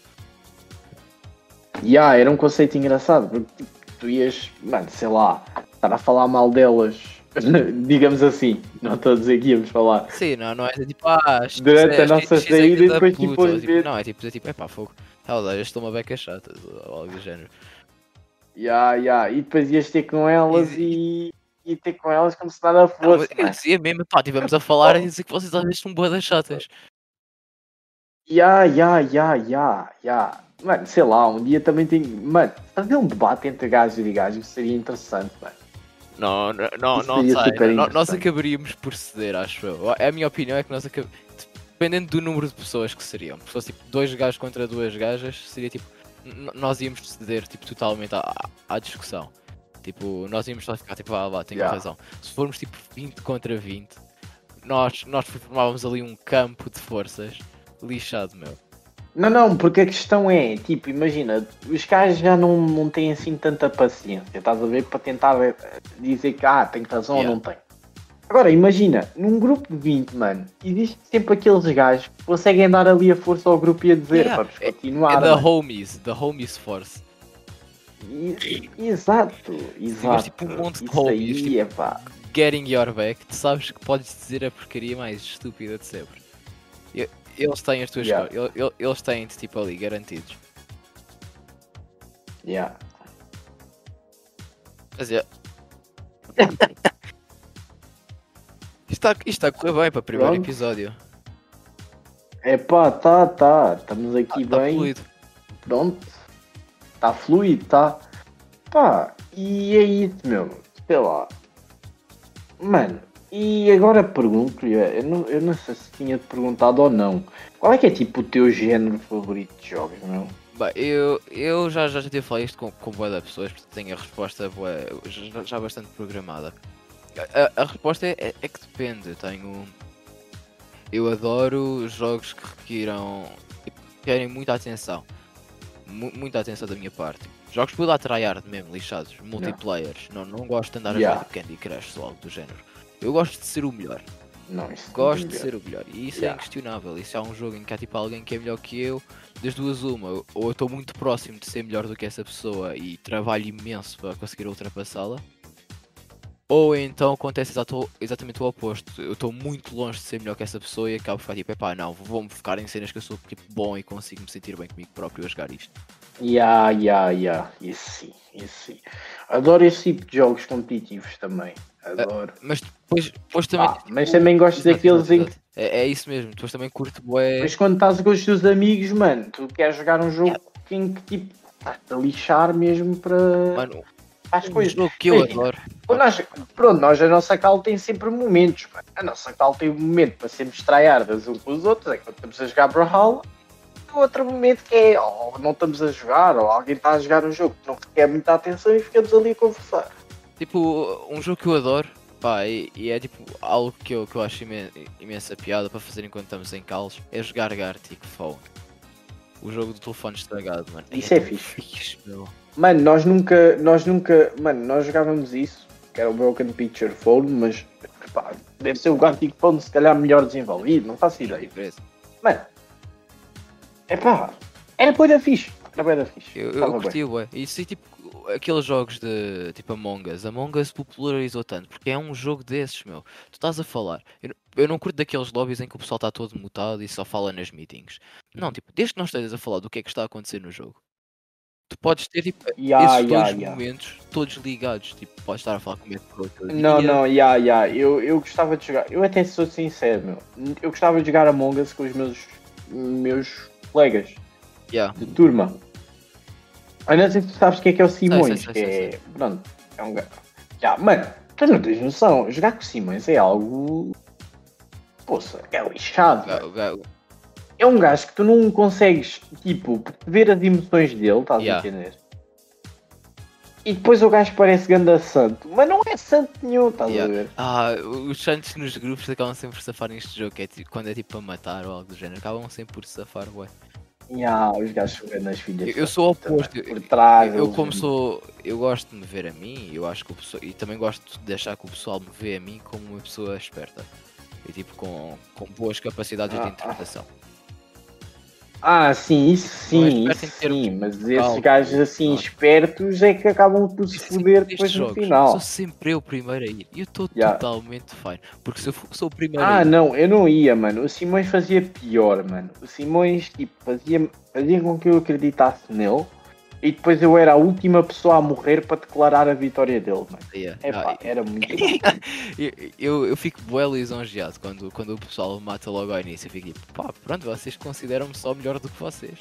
E ah, era um conceito engraçado, porque tipo, tu ias, mano, sei lá, estar a falar mal delas, digamos assim. Não estou a dizer que íamos falar. Sim, não, não é tipo, ah, X Durante é- a nossa X é saída e ganda depois, puta, tipo, ou, às tipo, vezes- não, é tipo, é tipo, é pá, fogo. Elas estão uma beca chata, ou algo do género. Ya, ya, e depois ias ter com elas e, e ter com elas como se nada Não, fosse. mas eu dizia mesmo, pá, estivemos a falar e dizer que vocês às vezes são boas chatas. Ya, ya, ya, ya, ya. Mano, sei lá, um dia também tem. Mano, fazer um debate entre gajos e gajos seria interessante, mano. Não, não, não, Isso não seria sei. super Nó- Nós interessante. acabaríamos por ceder, acho eu. A minha opinião é que nós acabamos. Dependendo do número de pessoas que seriam. Se fosse tipo dois gajos contra duas gajas, seria tipo. n- Nós íamos ceder tipo, totalmente à, à à discussão. Tipo, nós íamos só ficar tipo, ah, vá, tenho Yeah. razão. Se formos tipo vinte contra vinte, nós, nós formávamos ali um campo de forças lixado, meu. Não, não, porque a questão é, tipo, imagina, os gajos já não, não têm assim tanta paciência, estás a ver, para tentar eh, dizer que, ah, tenho razão Yeah. ou não tenho. Agora, imagina, num grupo de vinte, mano, existe sempre aqueles gajos que conseguem dar ali a força ao grupo e a dizer, Yeah. vamos continuar, É da mano. homies, da homies force. E- Exato, tiveres, exato. tipo, um monte de Isso homies, aí, tipo, é pá. Getting your back, tu sabes que podes dizer a porcaria mais estúpida de sempre. E- Eles têm as tuas Yeah. cor- el- el- eles têm-te tipo ali, garantidos. Yeah. Mas é. Isto está, isto está a correr bem para o primeiro Pronto. episódio. É pá, tá, tá. Estamos aqui Está bem. fluido. Pronto. Está fluido, tá. Pá, e é isso, meu. Sei lá. Mano, E agora pergunto-lhe, eu não, eu não sei se tinha-te perguntado ou não, qual é que é tipo o teu género favorito de jogos, meu? Bem, eu, eu já, já, já tive falado isto com, com boa de pessoas, porque tenho a resposta bué, já, já bastante programada. A, a resposta é, é, é que depende. Eu tenho. Eu adoro jogos que requiram. Tipo, que querem muita atenção. Mu- muita atenção da minha parte. Jogos por lá tryhard mesmo, lixados, multiplayers. Não, não gosto de andar a Yeah. jogar tipo Candy Crush ou algo do género. Eu gosto de ser o melhor. Não, isso Gosto não de tem ser o melhor. E isso Yeah. é inquestionável. Isso é um jogo em que há tipo alguém que é melhor que eu. Das duas uma. Ou eu estou muito próximo de ser melhor do que essa pessoa e trabalho imenso para conseguir ultrapassá-la. Ou então acontece exato, exatamente o oposto. Eu estou muito longe de ser melhor que essa pessoa e acabo de ficar tipo, epá, não, vou-me focar em cenas que eu sou tipo, bom e consigo me sentir bem comigo próprio a jogar isto. Yeah, yeah, yeah. Isso sim, isso sim. Adoro esse tipo de jogos competitivos também. Adoro. Mas depois, depois também. Ah, tipo, mas também gosto exato, daqueles exato, em que exato. É, é isso mesmo, depois também curto bué. depois quando estás com os teus amigos, mano, tu queres jogar um jogo em que tipo estás a lixar mesmo para Mano, as um coisas. jogo que eu Imagina, adoro. quando nós, pronto, nós a nossa cal tem sempre momentos, mano. A nossa cal tem um momento para sermos tryhardas uns com os outros, é quando estamos a jogar Brawlhalla. Outro momento que é, ou não estamos a jogar, ou alguém está a jogar um jogo que não requer muita atenção e ficamos ali a conversar. Tipo, um jogo que eu adoro, pá, e, e é tipo algo que eu, que eu acho imen imensa piada para fazer enquanto estamos em calos, é jogar Gartic Phone. O jogo do telefone estragado, mano. Isso é tão fixe. fixe, meu. Mano, nós nunca, nós nunca, mano, nós jogávamos isso, que era o Broken Picture Phone, mas pá, deve ser o Gartic Phone se calhar melhor desenvolvido, não faço ideia. Diferença. Mano, é pá, era bué da fixe, era bué da fixe. Eu, eu Estava bem. curti, ué. E se tipo aqueles jogos de tipo Among Us, Among Us popularizou tanto, porque é um jogo desses, meu. Tu estás a falar. Eu, não- eu não curto daqueles lobbies em que o pessoal está todo mutado e só fala nas meetings. Não, tipo, desde que não estejas a falar do que é que está a acontecer no jogo. Tu podes ter tipo, Ya, esses ya, dois ya. momentos todos ligados. Tipo, podes estar a falar como é que foi o teu Não, dia. não, ya, ya, eu, eu gostava de jogar, eu até sou sincero, meu, eu gostava de jogar Among Us com os meus, meus colegas Yeah. de turma. Eu não sei se tu sabes o que é que é o sei, Simões, sei, que sei, é, pronto, é um gajo. Já, mano, tu não tens noção, jogar com o Simões é algo, poça, é lixado, O ga- mano. o ga- É um gajo que tu não consegues, tipo, ver as emoções dele, estás Yeah. a entender? E depois o gajo parece ganda santo, mas não é santo nenhum, estás Yeah. a ver? Ah, os santos nos grupos acabam sempre por safar neste jogo, que é tipo, quando é tipo para matar ou algo do género, acabam sempre por safar, ué. E ah, os gajos são grandes filhas. Eu, eu sou o também. oposto. Por trás, Eu, eu eles- como sou, eu gosto de me ver a mim, eu acho que o pessoal, e também gosto de deixar que o pessoal me vê a mim como uma pessoa esperta e tipo com, com boas capacidades Ah, de ah. interpretação. Ah, sim, isso Não é sim, esperto em isso termos sim, mas de esses cálculo, gajos assim não. espertos é que acabam por se Esse- foder nestes depois no jogos, final. sou sempre eu o primeiro a ir e eu estou Yeah. totalmente fine, porque se eu for- sou o primeiro a Ah, ir, não, eu não ia, mano. O Simões fazia pior, mano. O Simões, tipo, fazia, fazia com que eu acreditasse nele e depois eu era a última pessoa a morrer para declarar a vitória dele, mano. yeah, É pá, ah, era muito bom. eu, eu, eu fico bué lisonjeado quando, quando o pessoal me mata logo ao início. Eu fico tipo, pá, pronto, vocês consideram-me só melhor do que vocês.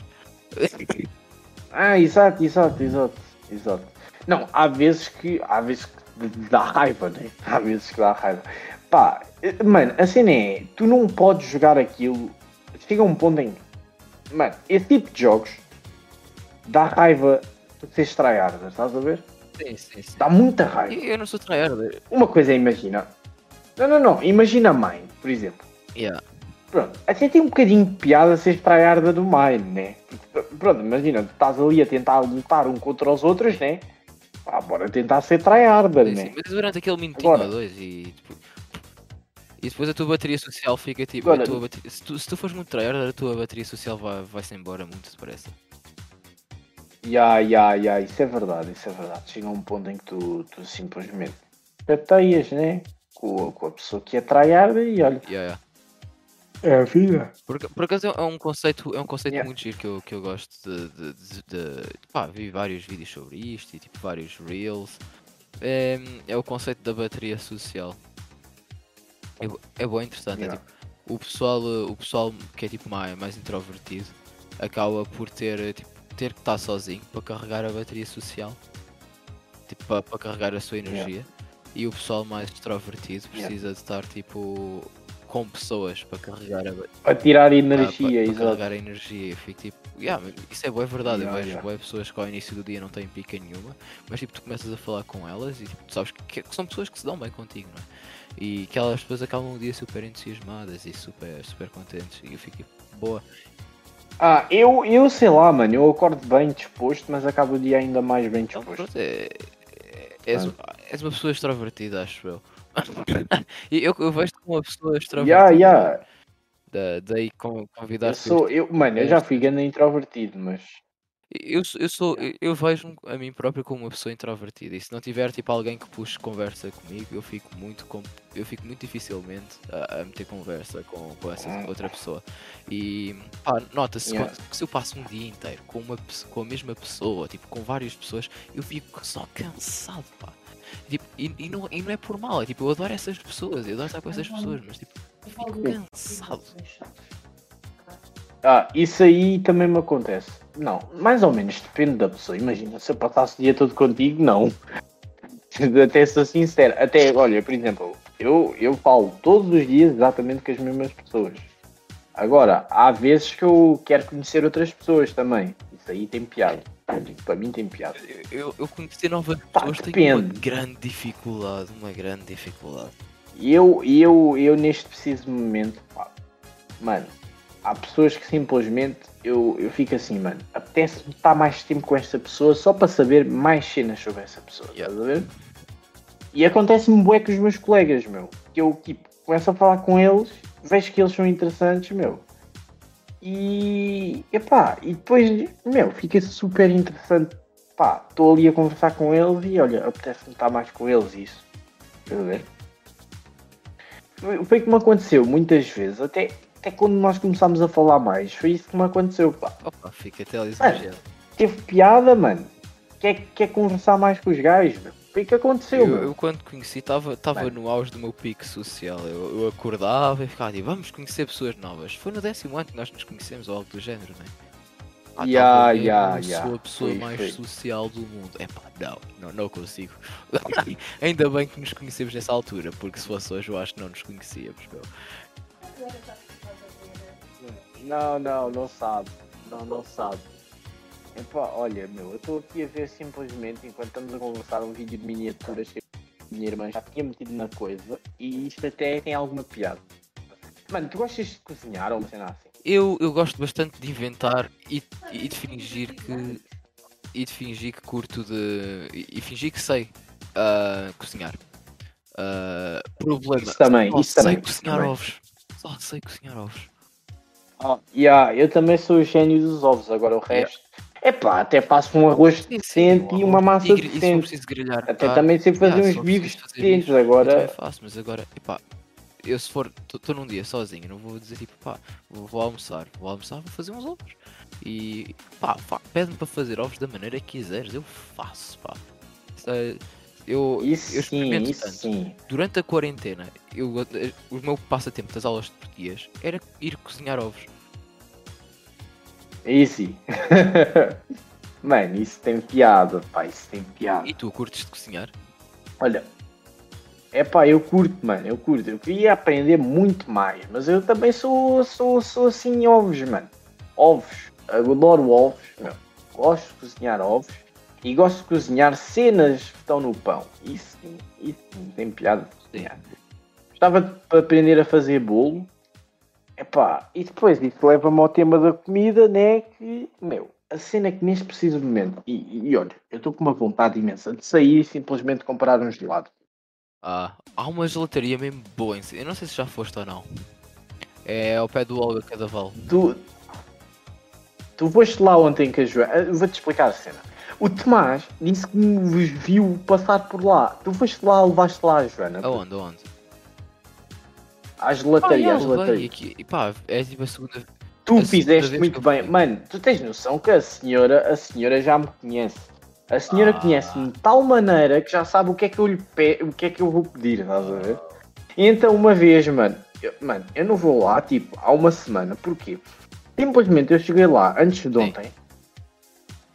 Ah, exato, exato, exato, exato. Não, há vezes que. Há vezes que dá raiva, né? Há vezes que dá raiva. Pá, eh, mano, a cena é. Tu não podes jogar aquilo. Chega a um ponto em. Mano, esse tipo de jogos dá raiva de ser tryhard, estás a ver? Sim, sim, sim. Dá muita raiva. Eu, eu não sou tryhard. Uma coisa é imagina. Não, não, não. Imagina a Mine, por exemplo. Yeah. Pronto, até tem um bocadinho de piada ser tryharda do Mine, né? Porque, pronto, imagina, tu estás ali a tentar lutar um contra os outros, né? Pá, bora tentar ser tryharda, Sim, né? sim, mas durante aquele minutinho Agora- ou dois e, tipo, e depois a tua bateria social fica tipo. a Agora- tua bateria- se, tu, se tu fores muito tryhard, a tua bateria social vai- vai-se embora muito depressa. Ya, ya, ya, isso é verdade, isso é verdade. Chega a um ponto em que tu, tu simplesmente chateias, né? Com, a- com a pessoa que é tryharda e olha. Yeah, yeah. É a vida. Por, ac- por acaso é um conceito, é um conceito Yeah. muito giro que eu, que eu gosto de, de, de, de- pá, vi vários vídeos sobre isto e tipo vários reels. É, é o conceito da bateria social. É, bo- é bem interessante. É, Yeah. tipo, o pessoal, eh, o pessoal que é tipo mais, mais introvertido acaba por ter, eh, tipo, ter que estar sozinho para carregar a bateria social. Tipo, para, para carregar a sua energia. E o pessoal mais extrovertido precisa de estar tipo com pessoas para carregar a, Para tirar ah, energia, para, para exato. carregar a energia. Eu fico tipo, yeah, mas isso é boa verdade. Yeah, eu vejo yeah. bué pessoas que ao início do dia não têm pica nenhuma, mas tipo tu começas a falar com elas e tipo, tu sabes que, que são pessoas que se dão bem contigo, não é? E que elas depois acabam o dia super entusiasmadas e super, super contentes. E eu fico tipo, boa. Ah, eu, eu sei lá, mano, eu acordo bem disposto, mas acabo o dia ainda mais bem Então, disposto. pronto, é, é, és, és uma pessoa extrovertida, acho eu. E eu, eu vejo-te como uma pessoa Yeah, extrovertida. yeah. Da, daí con- Eu convidar-te para sou, este tipo eu, de mano, eu já fui conversas. grande introvertido, mas. Eu, sou- eu sou, Yeah. eu eu vejo a mim próprio como uma pessoa introvertida e se não tiver tipo alguém que puxe conversa comigo, eu fico muito com, eu fico muito dificilmente a, a meter conversa com, com essa Hum, outra pessoa. E pá, nota-se yeah. quando- que se eu passo um dia inteiro com uma pe- com a mesma pessoa, tipo com várias pessoas, eu fico só cansado, pá. Tipo, e, e não, e não é por mal, é tipo, eu adoro essas pessoas, eu adoro estar com essas pessoas, mas tipo, eu fico cansado. Ah, isso aí também me acontece. Não, mais ou menos depende da pessoa. Imagina, se eu passasse o dia todo contigo, não. Até sou sincero. Até, olha, por exemplo, eu, eu falo todos os dias exatamente com as mesmas pessoas. Agora, há vezes que eu quero conhecer outras pessoas também. Isso aí tem piada. Para mim tem piada. Eu, eu conhecer novas Pá, pessoas tenho uma depende. grande dificuldade, uma grande dificuldade. E eu, eu, eu neste preciso momento, pá, mano, há pessoas que simplesmente eu, eu fico assim, mano, apetece-me estar mais tempo com esta pessoa só para saber mais cenas sobre essa pessoa, Yeah. estás a ver? E acontece-me bué com os meus colegas, meu, que eu, tipo, começo a falar com eles, vejo que eles são interessantes, meu, e, epá, e depois, meu, fica super interessante, pá, estou ali a conversar com eles e, olha, apetece-me estar mais com eles, isso, estás a ver? Foi, foi que me aconteceu muitas vezes, até, até quando nós começámos a falar mais, foi isso que me aconteceu, pá. Opa, fica até ali Mano, lisonjeado. teve piada, mano. Quer, quer conversar mais com os gajos, meu. Foi que aconteceu, Eu, meu. eu quando conheci estava Mano. no auge do meu pico social. Eu, eu acordava e ficava tipo, vamos conhecer pessoas novas. Foi no décimo ano que nós nos conhecemos ou algo do género, não é? Ah, Ya, tava mesmo, ya, sou ya. a pessoa Foi, mais foi. social do mundo. Epá, não, não, não consigo. Ainda bem que nos conhecemos nessa altura, porque se fosse hoje eu acho que não nos conhecíamos, meu. Não, não, não sabe. Não, não sabe. Epá, olha, meu, eu estou aqui a ver simplesmente, enquanto estamos a conversar, um vídeo de miniaturas que a minha irmã já tinha metido na coisa e isto até tem alguma piada. Mano, tu gostas de cozinhar ou uma cena assim? Eu, eu gosto bastante de inventar e, e de fingir que. E de fingir que curto de. E, e fingir que sei ah, cozinhar. Ah, problema. Isso também, Só isso sei também. cozinhar também. ovos. Só sei cozinhar ovos. Oh, yeah, eu também sou o gênio dos ovos, agora o Yeah. resto. Epá, até faço um arroz Sim, sim, decente um e uma arroz. massa E, gri- e se for decente. preciso grelhar Até carne, também sei fazer yeah, se uns for bifes preciso fazer decentes, bifes, eu também agora. faço, mas agora, epá, eu se for, estou num dia sozinho, não vou dizer tipo, pá, vou, vou almoçar, vou almoçar, vou fazer uns ovos. E pá, pá, pede-me para fazer ovos da maneira que quiseres, eu faço, pá. Isso é- Eu, Isso eu sim, experimento isso tanto. sim. Durante a quarentena, eu, o meu passatempo das aulas de português era ir cozinhar ovos. Easy. Mano, isso tem piada, pá, isso tem piada. E tu curtes de cozinhar? Olha, é pá, eu curto, mano, eu curto. Eu queria aprender muito mais, mas eu também sou, sou, sou assim, ovos, mano. Ovos, eu adoro ovos, meu. Gosto de cozinhar ovos e gosto de cozinhar cenas que estão no pão. Isso sim, isso sim, tem piada de cozinhar. Gostava de aprender a fazer bolo. Epá, e depois isso leva-me ao tema da comida, né? Que, meu, a cena que neste preciso momento, e, e, e olha, eu estou com uma vontade imensa de sair e simplesmente comprar um gelado. Ah, há uma gelataria mesmo boa em si. Eu não sei se já foste ou não. É ao pé do Olga Cadaval. Tu, tu foste lá ontem com a Joana, eu vou-te explicar a cena. O Tomás disse que me viu passar por lá. Tu foste lá, levaste lá a Joana. Aonde, aonde? À Ah, gelataria, já, à levei gelataria. aqui. E pá, é tipo a segunda. Tu a segunda fizeste vez muito que eu bem. fui. Mano, tu tens noção que a senhora, a senhora já me conhece. A senhora Ah. conhece-me de tal maneira que já sabe o que é que eu lhe pe... o que é que eu vou pedir, estás a ver? E então uma vez, mano, eu, mano, eu não vou lá, tipo, há uma semana, porquê? Simplesmente eu cheguei lá antes de Sim. ontem.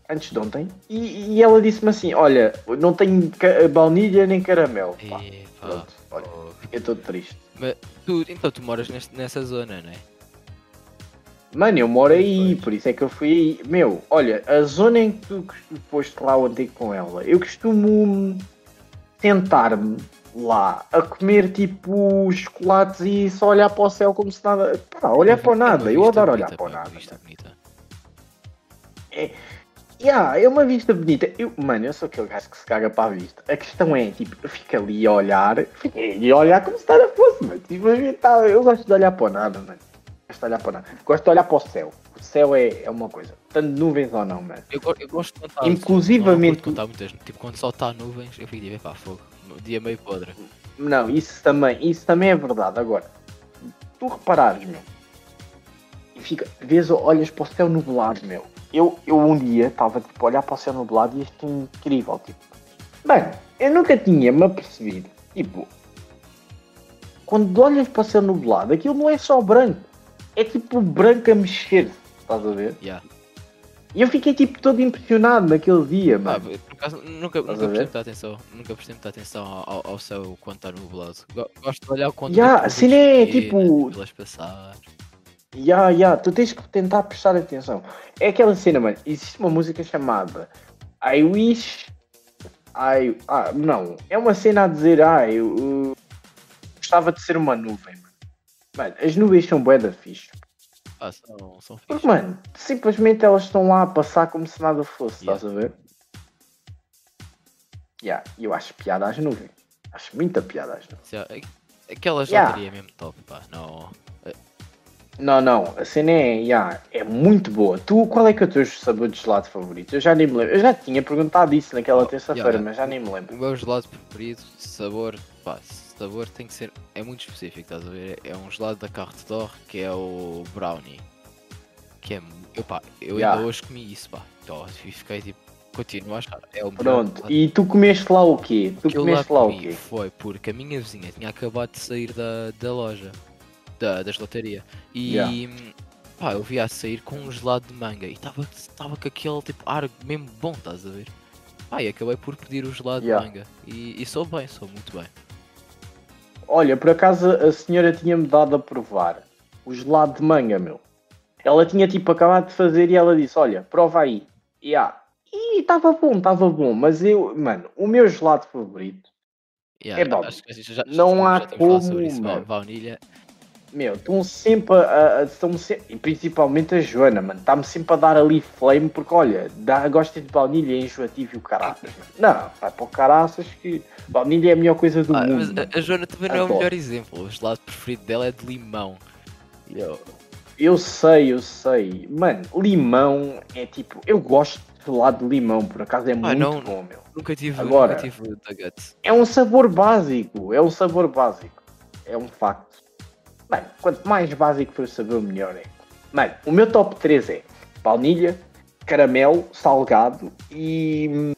antes de ontem, e, e ela disse-me assim, olha, não tenho ca- baunilha nem caramelo. Pá, Epá, pronto, olha, oh. fiquei todo triste. Mas tu, então tu moras neste, nessa zona, não é? Mano, eu moro aí, Pois. por isso é que eu fui aí. Meu, olha, a zona em que tu costu- foste lá ontem com ela, eu costumo sentar-me lá a comer tipo chocolates e só olhar para o céu como se nada. Pá, É uma, olhar para o vi- é uma nada, eu vista adoro olhar bonita, para o pá, é uma nada. vista bonita. É, yeah, é uma vista bonita. Eu, mano, eu sou aquele gajo que se caga para a vista. A questão é, tipo, eu fico ali a olhar, fico ali a olhar como se nada fosse, mano. Tipo, tá, eu gosto de olhar para o nada, mano. Gosto de olhar para o nada. Gosto de olhar para o céu. O céu é, é uma coisa. Tanto nuvens ou não, mano. Eu, go- eu gosto de contar, Inclusivamente. não, não contar muitas, tipo quando só está nuvens, eu fico tipo, pá, fogo, no dia meio podre. Não, isso também, isso também é verdade. Agora, tu reparares, meu, e fica, vês, olhas para o céu nublado, meu. Eu, eu um dia estava tipo, a olhar para o céu nublado e isto é incrível, tipo. Bem, eu nunca tinha me apercebido, tipo, quando olhas para o céu nublado, aquilo não é só branco, é tipo branco a mexer-se, estás a ver? Yeah. E eu fiquei tipo todo impressionado naquele dia, Ah, mano. por acaso, nunca, Estás nunca a ver? prestei muita atenção, nunca prestei muita atenção ao, ao céu quando está nublado. Go- Gosto de olhar quando Yeah, tem a cena nuvens é pequenas, tipo, tipo, elas passar. Ya, ya, tu tens que tentar prestar atenção. É aquela cena, mano. Existe uma música chamada I Wish. I... Ah, não. É uma cena a dizer, ah, eu, eu gostava de ser uma nuvem, mano. Mano, as nuvens são bué da fixe. Ah, são, são Porque, fixe. mano, simplesmente elas estão lá a passar como se nada fosse, Yeah. estás a ver? Ya, e eu acho piada às nuvens. Acho muita piada às nuvens. Se há- Aquela Yeah. gelataria é mesmo top, pá, não. Não, não, a cena é, ya, é muito boa. Tu, qual é que é o teu sabor de gelado favorito? Eu já nem me lembro. Eu já tinha perguntado isso naquela Oh, terça-feira, yeah. mas já nem me lembro. O meu gelado preferido, sabor, pá, sabor tem que ser, é muito específico, estás a ver? É um gelado da Carte d'Or, que é o Brownie. Que é, mu- eu pá, eu Yeah. ainda hoje comi isso, pá. Então, e fiquei tipo, continuo a achar, é o melhor Pronto, gelado. e tu comeste lá o quê? Tu que eu lá comeste lá o comi quê? foi porque a minha vizinha tinha acabado de sair da, da loja, da, da gelataria, e Yeah. pá, eu vi a sair com um gelado de manga e estava com aquele tipo ar mesmo bom, estás a ver? Pá, e acabei por pedir o gelado Yeah. de manga e, e sou bem, sou muito bem. Olha, por acaso a senhora tinha-me dado a provar o gelado de manga, meu. Ela tinha tipo acabado de fazer e ela disse, olha, prova aí. Yeah. E estava bom, estava bom, mas eu, mano, o meu gelado favorito Yeah, é já- bom. acho que já, já, Não tínhamos, há já tínhamos falado sobre como, isso. Va- mano. Baunilha, Meu, estão sempre a, a estão se- e principalmente a Joana, mano, está-me sempre a dar ali flame, porque olha, dá, gosta de baunilha, é enjoativo e o caraças, mano. Não, vai para o caraças que baunilha é a melhor coisa do ah, mundo, mas mano. a, a Joana também não é o Adoro. melhor exemplo. O gelado preferido dela é de limão. E eu- Eu sei, eu sei. Mano, limão é tipo, eu gosto de gelado de limão, por acaso é Ah, muito não, bom, meu. nunca tive, Agora- nunca tive da Guts. É um sabor básico, é um sabor básico. É um facto. Mano, quanto mais básico for o sabor, melhor é. Mano, o meu top três é baunilha, caramelo, salgado e...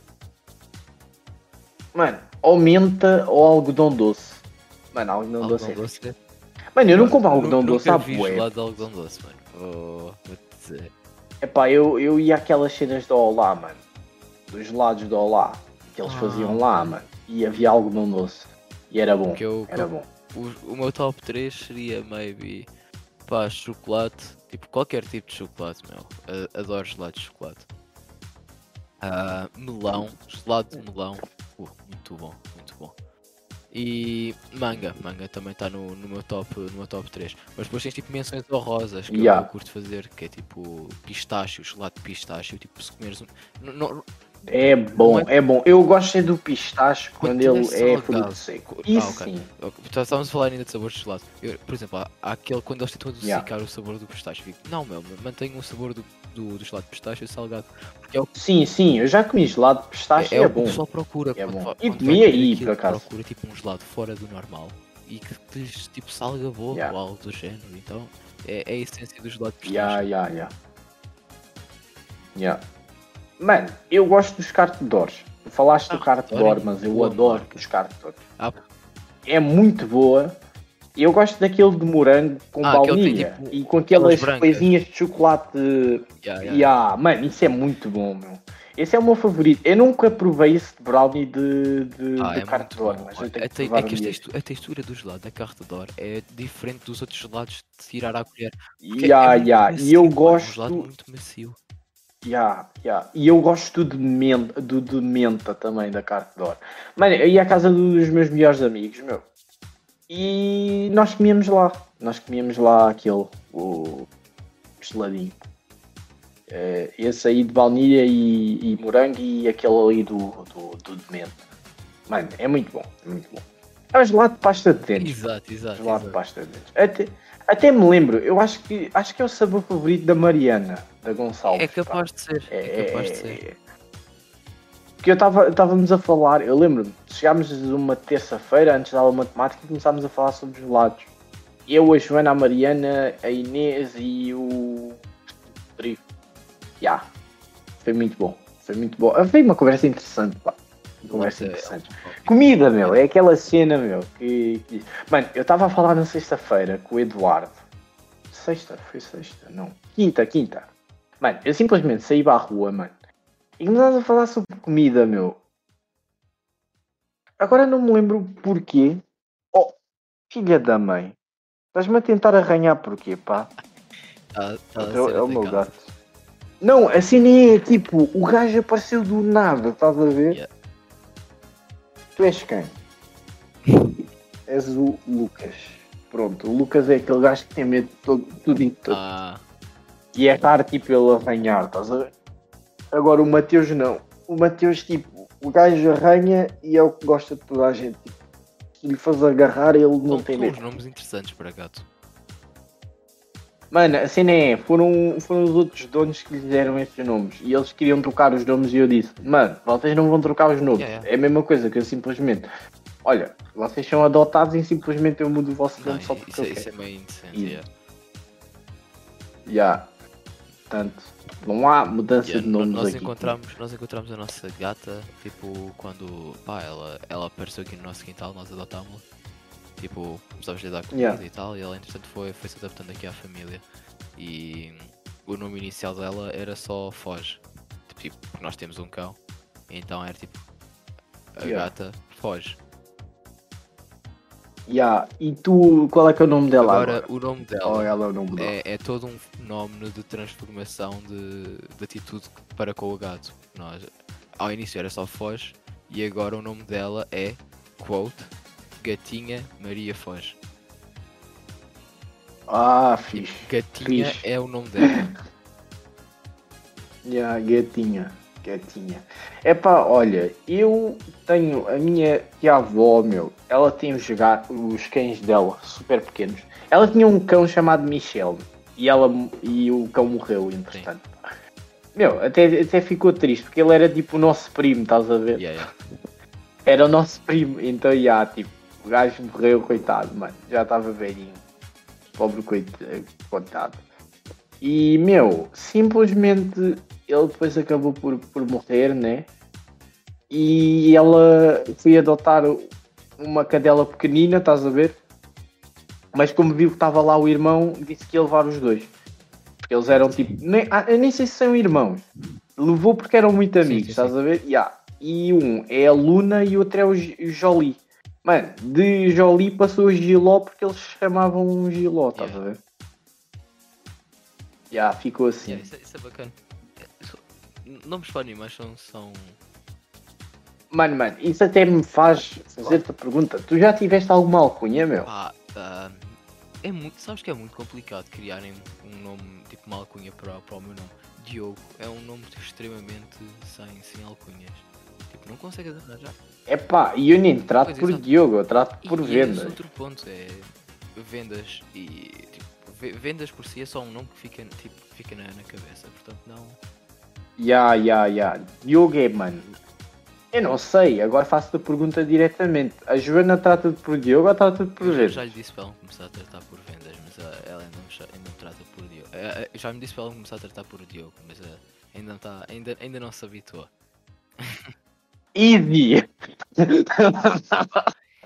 Mano, ou menta ou algodão doce. Mano, algodão, doce é... Algodão doce. Mano, eu não como Nu- algodão nunca doce, há vi bué. gelado de algodão doce, mano. Oh, vou-te dizer. Epá, eu, eu ia àquelas cenas do Olá, mano. Dos gelados do Olá. Que eles Ah, faziam lá, ok. mano. E havia algodão doce. E era bom. Que eu- que Era eu- bom. O, o meu top três seria maybe pá, chocolate, tipo qualquer tipo de chocolate, meu. A- Adoro gelado de chocolate. Ah, melão, gelado de melão, uh, muito bom, muito bom. E manga, manga também está no, no meu top, no meu top três. Mas depois tens tipo menções honrosas que eu- Yeah. eu, curto fazer, que é tipo pistache, gelado de pistache, tipo se comeres um. Não, não- É bom, é- é bom. Eu gosto é do pistache Quando quando ele tiver é salgado. fruto seco. Co- Isso ah, ok. sim. Ok, tá- Estávamos a falar ainda de sabores de gelado. Eu, por exemplo, há, há aquele quando eles tentam adocicar Yeah. o sabor do pistache. Fico, não, meu, mantenha o sabor do, do, do gelado de pistache salgado. Porque é o, Sim, sim. Eu já comi gelado de pistache é, e é é o que o bom. pessoal procura. É quando bom. va- E quando comi vai comer aí, aquilo, por acaso. procura tipo um gelado fora do normal e que te lhes, tipo salga a boca Yeah. ou algo do género. Então é, é a essência do gelado de pistache. Ya, ya, ya. Ya. Mano, eu gosto dos cartedores. Tu falaste Ah, do cartedor, Cartedor é mas eu boa adoro marca. os cartedores. Ah, É muito boa E eu gosto daquele de morango com Ah, aquele tem, baunilha tipo, e com aquelas aquelas brancas. coisinhas de chocolate. Yeah, yeah. Yeah, mano, isso é muito bom, meu. Esse é o meu favorito. Eu nunca provei esse brownie de, de, Ah, de é Carte muito d'Or, bom. mas Olha, eu tenho a que te- provar é um que a, dia. textu- a textura do gelado da Carte d'Or é diferente dos outros gelados de tirar à colher. Porque é Yeah, muito yeah. E eu macio, pá, é um gelado gosto. muito macio. Yeah, yeah. E eu gosto do de menta, do de menta também da Carte d'Or. Mano, eu ia à casa dos meus melhores amigos, meu. E nós comíamos lá. Nós comíamos lá aquele, o geladinho. Eh, esse aí de baunilha e, e morango e aquele ali do, do, do de menta. Mano, é muito bom, é muito bom. É um gelado de pasta de dentes. Exato, exato. Gelado de exato. pasta de dentes. Até, até me lembro, eu acho que acho que é o sabor favorito da Mariana, da Gonçalves. É capaz de ser. É, capaz de ser. Porque eu estava, estávamos a falar, eu lembro-me, chegámos uma terça-feira antes da aula de matemática e começámos a falar sobre gelados. Eu, a Joana, a Mariana, a Inês e o Rodrigo. Já. Foi muito bom. Foi muito bom. Foi uma conversa interessante, pá. Uma conversa Nossa, é interessante. um tópico. Comida, meu. É aquela cena, meu. Que, que... Mano, eu estava a falar na sexta-feira com o Eduardo. Sexta? Foi sexta? Não. Quinta, quinta. Mano, eu simplesmente saí para a rua, mano. E começámos a falar sobre comida, meu. Agora não me lembro porquê. Oh, filha da mãe. Estás-me a tentar arranhar porquê, pá? Tá, tá a É ser o- é o meu atacado. gato. Não, assim nem é tipo, o gajo apareceu do nada, estás a ver? Yeah. Tu és quem? És o Lucas. Pronto, o Lucas é aquele gajo que tem medo de todo, tudo e tudo. Ah, E é raro tipo ele arranhar, estás a ver? Agora o Mateus não. O Mateus, tipo, o gajo arranha e é o que gosta de toda a gente. Tipo, se lhe faz agarrar, ele não são, tem são uns medo. nomes interessantes para gato. Mano, a cena é, foram, foram os outros donos que lhe deram estes nomes e eles queriam trocar os nomes e eu disse, mano, vocês não vão trocar os nomes. Yeah, yeah. É a mesma coisa que eu simplesmente, olha, vocês são adotados e simplesmente eu mudo o vosso Não, nome só porque isso, eu é- isso quero. é meio indecente. E- Yeah. Já, portanto, não há mudança Yeah, de nomes nós aqui. encontramos, nós encontramos a nossa gata, tipo, quando pá, ela, ela apareceu aqui no nosso quintal, nós adotámos-la. Tipo, começámos a dar comida Yeah. e tal, e ela entretanto foi, foi se adaptando aqui à família. E o nome inicial dela era só Foge. Tipo, porque nós temos um cão, então era tipo a Yeah. gata Foge. Já, e tu, qual é que é o nome dela Agora, agora? o nome Ou dela ela é o nome dela? é, é todo um fenómeno de transformação de, de atitude para com o gato. Nós, ao início era só Foge e agora o nome dela é, quote, Gatinha Maria Foge. Ah, fixe. Gatinha Fixe. é o nome dela. Já, gatinha, gatinha. Epá, olha, eu tenho a minha tia-avó, meu, ela tem os, ga- os cães dela, super pequenos. Ela tinha um cão chamado Michel e, ela, e o cão morreu, entretanto. Meu, até, até ficou triste, porque ele era tipo o nosso primo, estás a ver? Yeah, yeah. Era o nosso primo, então, já, tipo, o gajo morreu, coitado, mano, já estava velhinho. Pobre coit- coitado. E, meu, simplesmente ele depois acabou por, por morrer, né? E ela foi adotar uma cadela pequenina, estás a ver? Mas como viu que estava lá o irmão, disse que ia levar os dois. Porque eles eram tipo. Nem, ah, eu nem sei se são irmãos. Levou porque eram muito Sim, amigos, sim, estás sim. a ver? Yeah. E um é a Luna e o outro é o J- o Jolie. Mano, de Jolie passou o Giló porque eles chamavam um Giló, estás Yeah. a ver? Já, ficou assim. Yeah, isso, é- isso é bacana. É, isso- Nomes para animais são, são. Mano, mano, isso até me faz fazer-te a pergunta. Tu já tiveste alguma alcunha, meu? Pá, ah, é muito, sabes que é muito complicado criarem um nome tipo uma alcunha para, para o meu nome. Diogo é um nome extremamente sem, sem alcunhas. Tipo, não consegues arranjar. É pá, e eu nem trato Pois, por exato. Diogo, eu trato por e, e esse vendas. outro ponto é vendas e tipo, ve- vendas por si é só um nome que fica, tipo, fica na, na cabeça, portanto não. Ya, ya, ya. Diogo é, mano. Eu não sei, agora faço-te a pergunta diretamente. A Joana trata-te por Diogo ou trata-te por Eu já- vendas? já lhe disse para ela começar a tratar por vendas, mas ah, ela ainda me, cha- ainda me trata por Diogo. Ah, ah, já me disse para ela começar a tratar por Diogo, mas ah, ainda, não tá, ainda, ainda não se habituou. Easy!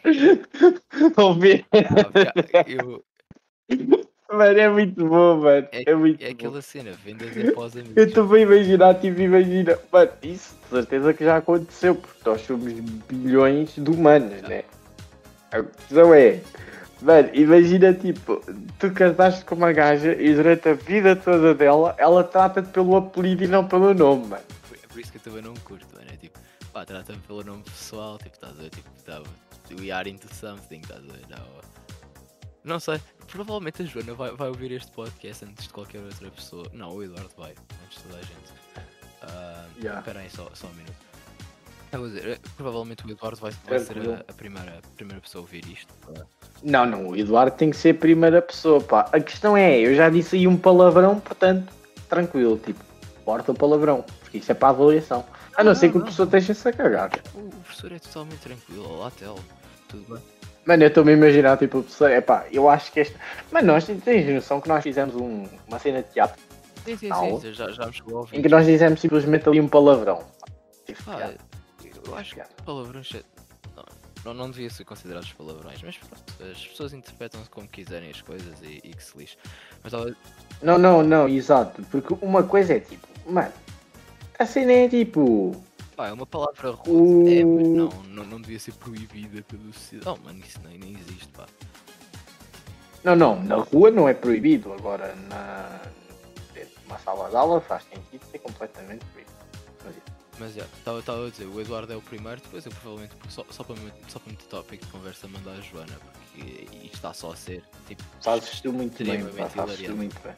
Ouvir. Ah, eu, Mano, é muito bom, mano. é, É muito é bom. aquela cena, vendas após amigos. Eu estou bem a imaginar, tipo, imagina. Mano, isso de certeza que já aconteceu, porque nós somos bilhões de humanos, né? A questão é, mano, imagina, tipo, tu casaste com uma gaja e durante a vida toda dela, ela trata-te pelo apelido e não pelo nome, mano. É por isso que eu também não curto, mano. É tipo, pá, trata-me pelo nome pessoal, tipo, estás a ver, tipo, tá, we are into something, estás a ver, não. Não sei, provavelmente a Joana vai, vai ouvir este podcast antes de qualquer outra pessoa. Não, o Eduardo vai, antes de toda a gente. Ah, Yeah. Espera aí, só, só um minuto. Eu vou dizer, eh, provavelmente o Eduardo vai, vai ser Tranquilo. a, a primeira, a primeira pessoa a ouvir isto. Não, não, o Eduardo tem que ser a primeira pessoa, pá. A questão é, eu já disse aí um palavrão, portanto, tranquilo, tipo, porta o palavrão, porque isso é para a avaliação. A não, Não, ser que o não, professor não. esteja-se a cagar. O professor é totalmente tranquilo, olá, Tel, tudo bem? Mano, eu estou-me a imaginar, tipo, o professor, é pá, eu acho que este. Mano, nós tens noção que nós fizemos um- uma cena de teatro Sim, sim, Não. sim, já, já me chegou a ouvir. em que nós dizemos simplesmente ali um palavrão. Tive Pá, piada. eu acho que palavrões é- não, não, não devia ser considerados palavrões, mas pronto, as pessoas interpretam-se como quiserem as coisas e, e que se lixe. Mas tava- Não, não, não, exato, porque uma coisa é tipo, mano, a cena é tipo. pá, é uma palavra rude, O- é, mas não, não, não devia ser proibida pela sociedade. Oh mano, isso nem, nem existe, pá. Não, não, na rua não é proibido, agora na. dentro de uma sala de aula faz sentido ser completamente proibido. Mas isso. Mas já, estava a dizer, o Eduardo é o primeiro, depois eu provavelmente, só, só para meter- só para meter tópico de conversa, mandar a Joana, porque isto está só a ser, tipo, Fazes tu muito bem, pá, extremamente fazes tu hilariante. muito bem.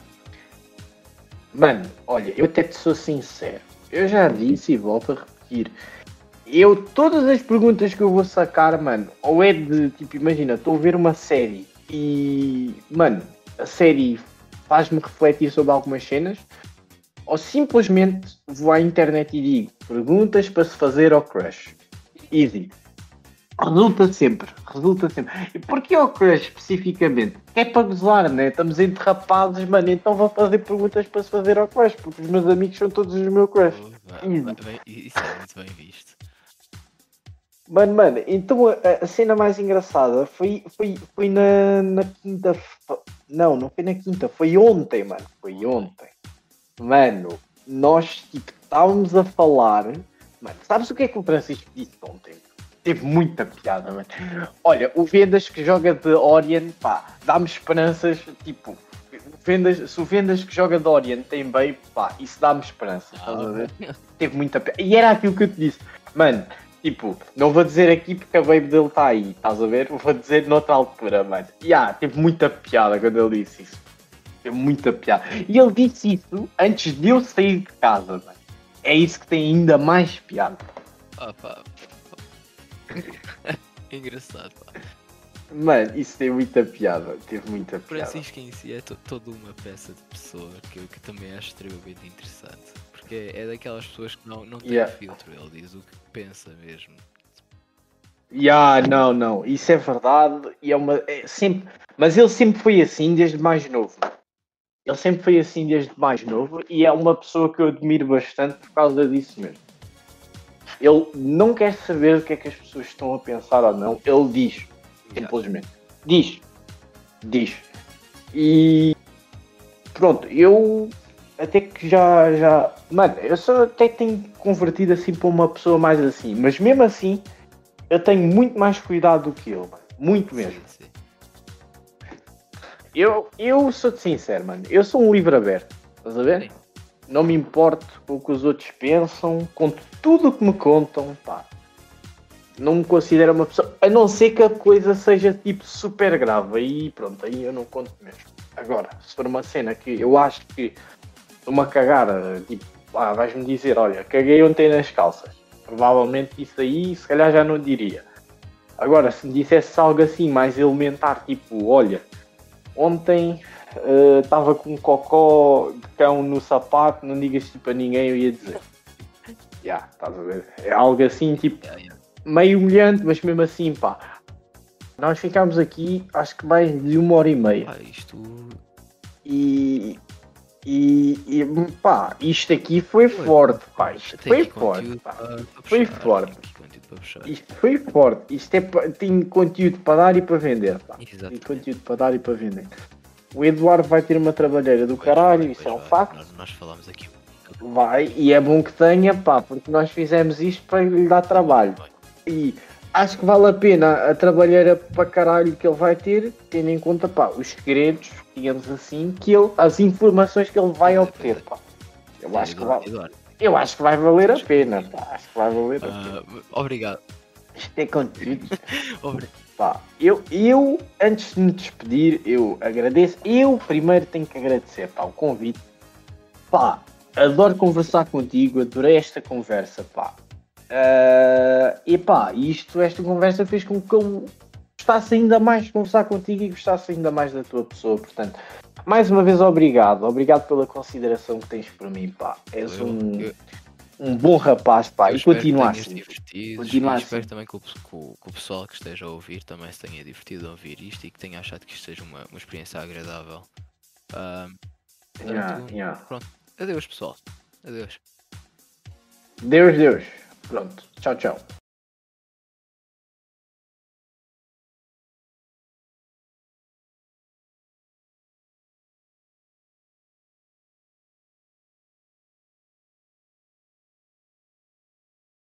Mano, olha, eu até te sou sincero. Eu já disse e volto a repetir. Eu, todas as perguntas que eu vou sacar, mano, ou é de, tipo, imagina, estou a ver uma série e, mano, a série faz-me refletir sobre algumas cenas, ou simplesmente vou à internet e digo perguntas para se fazer ao crush. Easy. Resulta sempre, resulta sempre. E porquê ao crush especificamente? É para gozar, né? Estamos entre rapazes, mano, então vou fazer perguntas para se fazer ao crush, porque os meus amigos são todos os meus crush. Oh, bem- bem- bem- isso é muito bem visto. Mano, mano, então a, a cena mais engraçada foi, foi, foi na, na quinta. Não, não foi na quinta, foi ontem, mano. Foi ontem. Mano, nós tipo estávamos a falar. Mano, sabes o que é que o Francisco disse ontem? Teve muita piada, mano. Olha, o Vendas que joga de Orient, pá, dá-me esperanças, tipo. Vendas, se o Vendas que joga de Orient tem bem, pá, isso dá-me esperanças, estás a ver? Teve muita piada. E era aquilo que eu te disse, mano. Tipo, não vou dizer aqui porque a baby dele está aí, estás a ver? Vou dizer noutra altura, mano. E ah, teve muita piada quando ele disse isso. Teve muita piada. E ele disse isso antes de eu sair de casa, mano. É isso que tem ainda mais piada. Ah, pá. Engraçado, pá. Mano, isso tem muita piada. Teve muita O piada. Francisco em si é to- toda uma peça de pessoa que eu que também acho extremamente interessante. Porque é daquelas pessoas que não, não têm Yeah. filtro, ele diz o que pensa mesmo. Ya, não, não. Isso é verdade. E é uma. É sempre... Mas ele sempre foi assim desde mais novo. Ele sempre foi assim desde mais novo e é uma pessoa que eu admiro bastante por causa disso mesmo. Ele não quer saber o que é que as pessoas estão a pensar ou não. Ele diz, simplesmente. Diz. Diz. E pronto, eu até que já, já... Mano, eu só até tenho convertido assim para uma pessoa mais assim. Mas mesmo assim, eu tenho muito mais cuidado do que ele, mano. Muito mesmo. Sim, sim. Eu, eu sou-te sincero, mano. Eu sou um livro aberto. Estás a ver? Sim. Não me importo com o que os outros pensam. Conto tudo o que me contam. Pá. Não me considero uma pessoa... A não ser que a coisa seja tipo super grave. Aí pronto, aí eu não conto mesmo. Agora, se for uma cena que eu acho que estou-me a cagar, tipo, ah, vais-me dizer, olha, caguei ontem nas calças. Provavelmente isso aí, se calhar já não diria. Agora, se me dissesse algo assim mais elementar, tipo, olha... Ontem estava uh, com um cocó de cão no sapato, não digas tipo a ninguém, eu ia dizer. Já, yeah, estás a ver? É algo assim, tipo, Yeah, yeah. meio humilhante, mas mesmo assim, pá. Nós ficámos aqui, acho que mais de uma hora e meia. Pá, isto. E, e, e pá, isto aqui foi Foi. forte, pá. Isto Tem foi aqui forte, conteúdo pá. para- para Foi puxar, forte. tem aqui conteúdo para puxar. Isto foi forte. Isto é pa- tem conteúdo para dar e para vender. Pá. Tem Exatamente. conteúdo para dar e para vender. O Eduardo vai ter uma trabalheira do Pois caralho, vai, isso pois é um vai. facto. Nós, nós falámos aqui. Vai, e é bom que tenha, pá, porque nós fizemos isto para lhe dar trabalho. E acho que vale a pena a trabalheira para caralho que ele vai ter, tendo em conta, pá, os segredos, digamos assim, que ele, as informações que ele vai obter, pá. Eu acho que vai, Eduardo. eu acho que vai valer a pena, pá. Acho que vai valer a pena. Ah, obrigado. Isto é conteúdo. Obri- Pá, eu, eu, antes de me despedir, eu agradeço. Eu primeiro tenho que agradecer, pá, o convite. Pá, adoro conversar contigo, adorei esta conversa, pá. Ah, e pá, isto, esta conversa fez com que eu gostasse ainda mais de conversar contigo e gostasse ainda mais da tua pessoa, portanto, mais uma vez obrigado, obrigado pela consideração que tens por mim, pá. És Eu- um, eu- um bom rapaz, pá, eu e espero que continua tenhas assim. divertido, Continua e assim. espero também que o, que o- que o pessoal que esteja a ouvir também se tenha divertido a ouvir isto e que tenha achado que isto seja uma, uma experiência agradável. Ah, Yeah, portanto, yeah. pronto. Adeus, pessoal. Adeus. Deus, Deus. Pronto, tchau, tchau.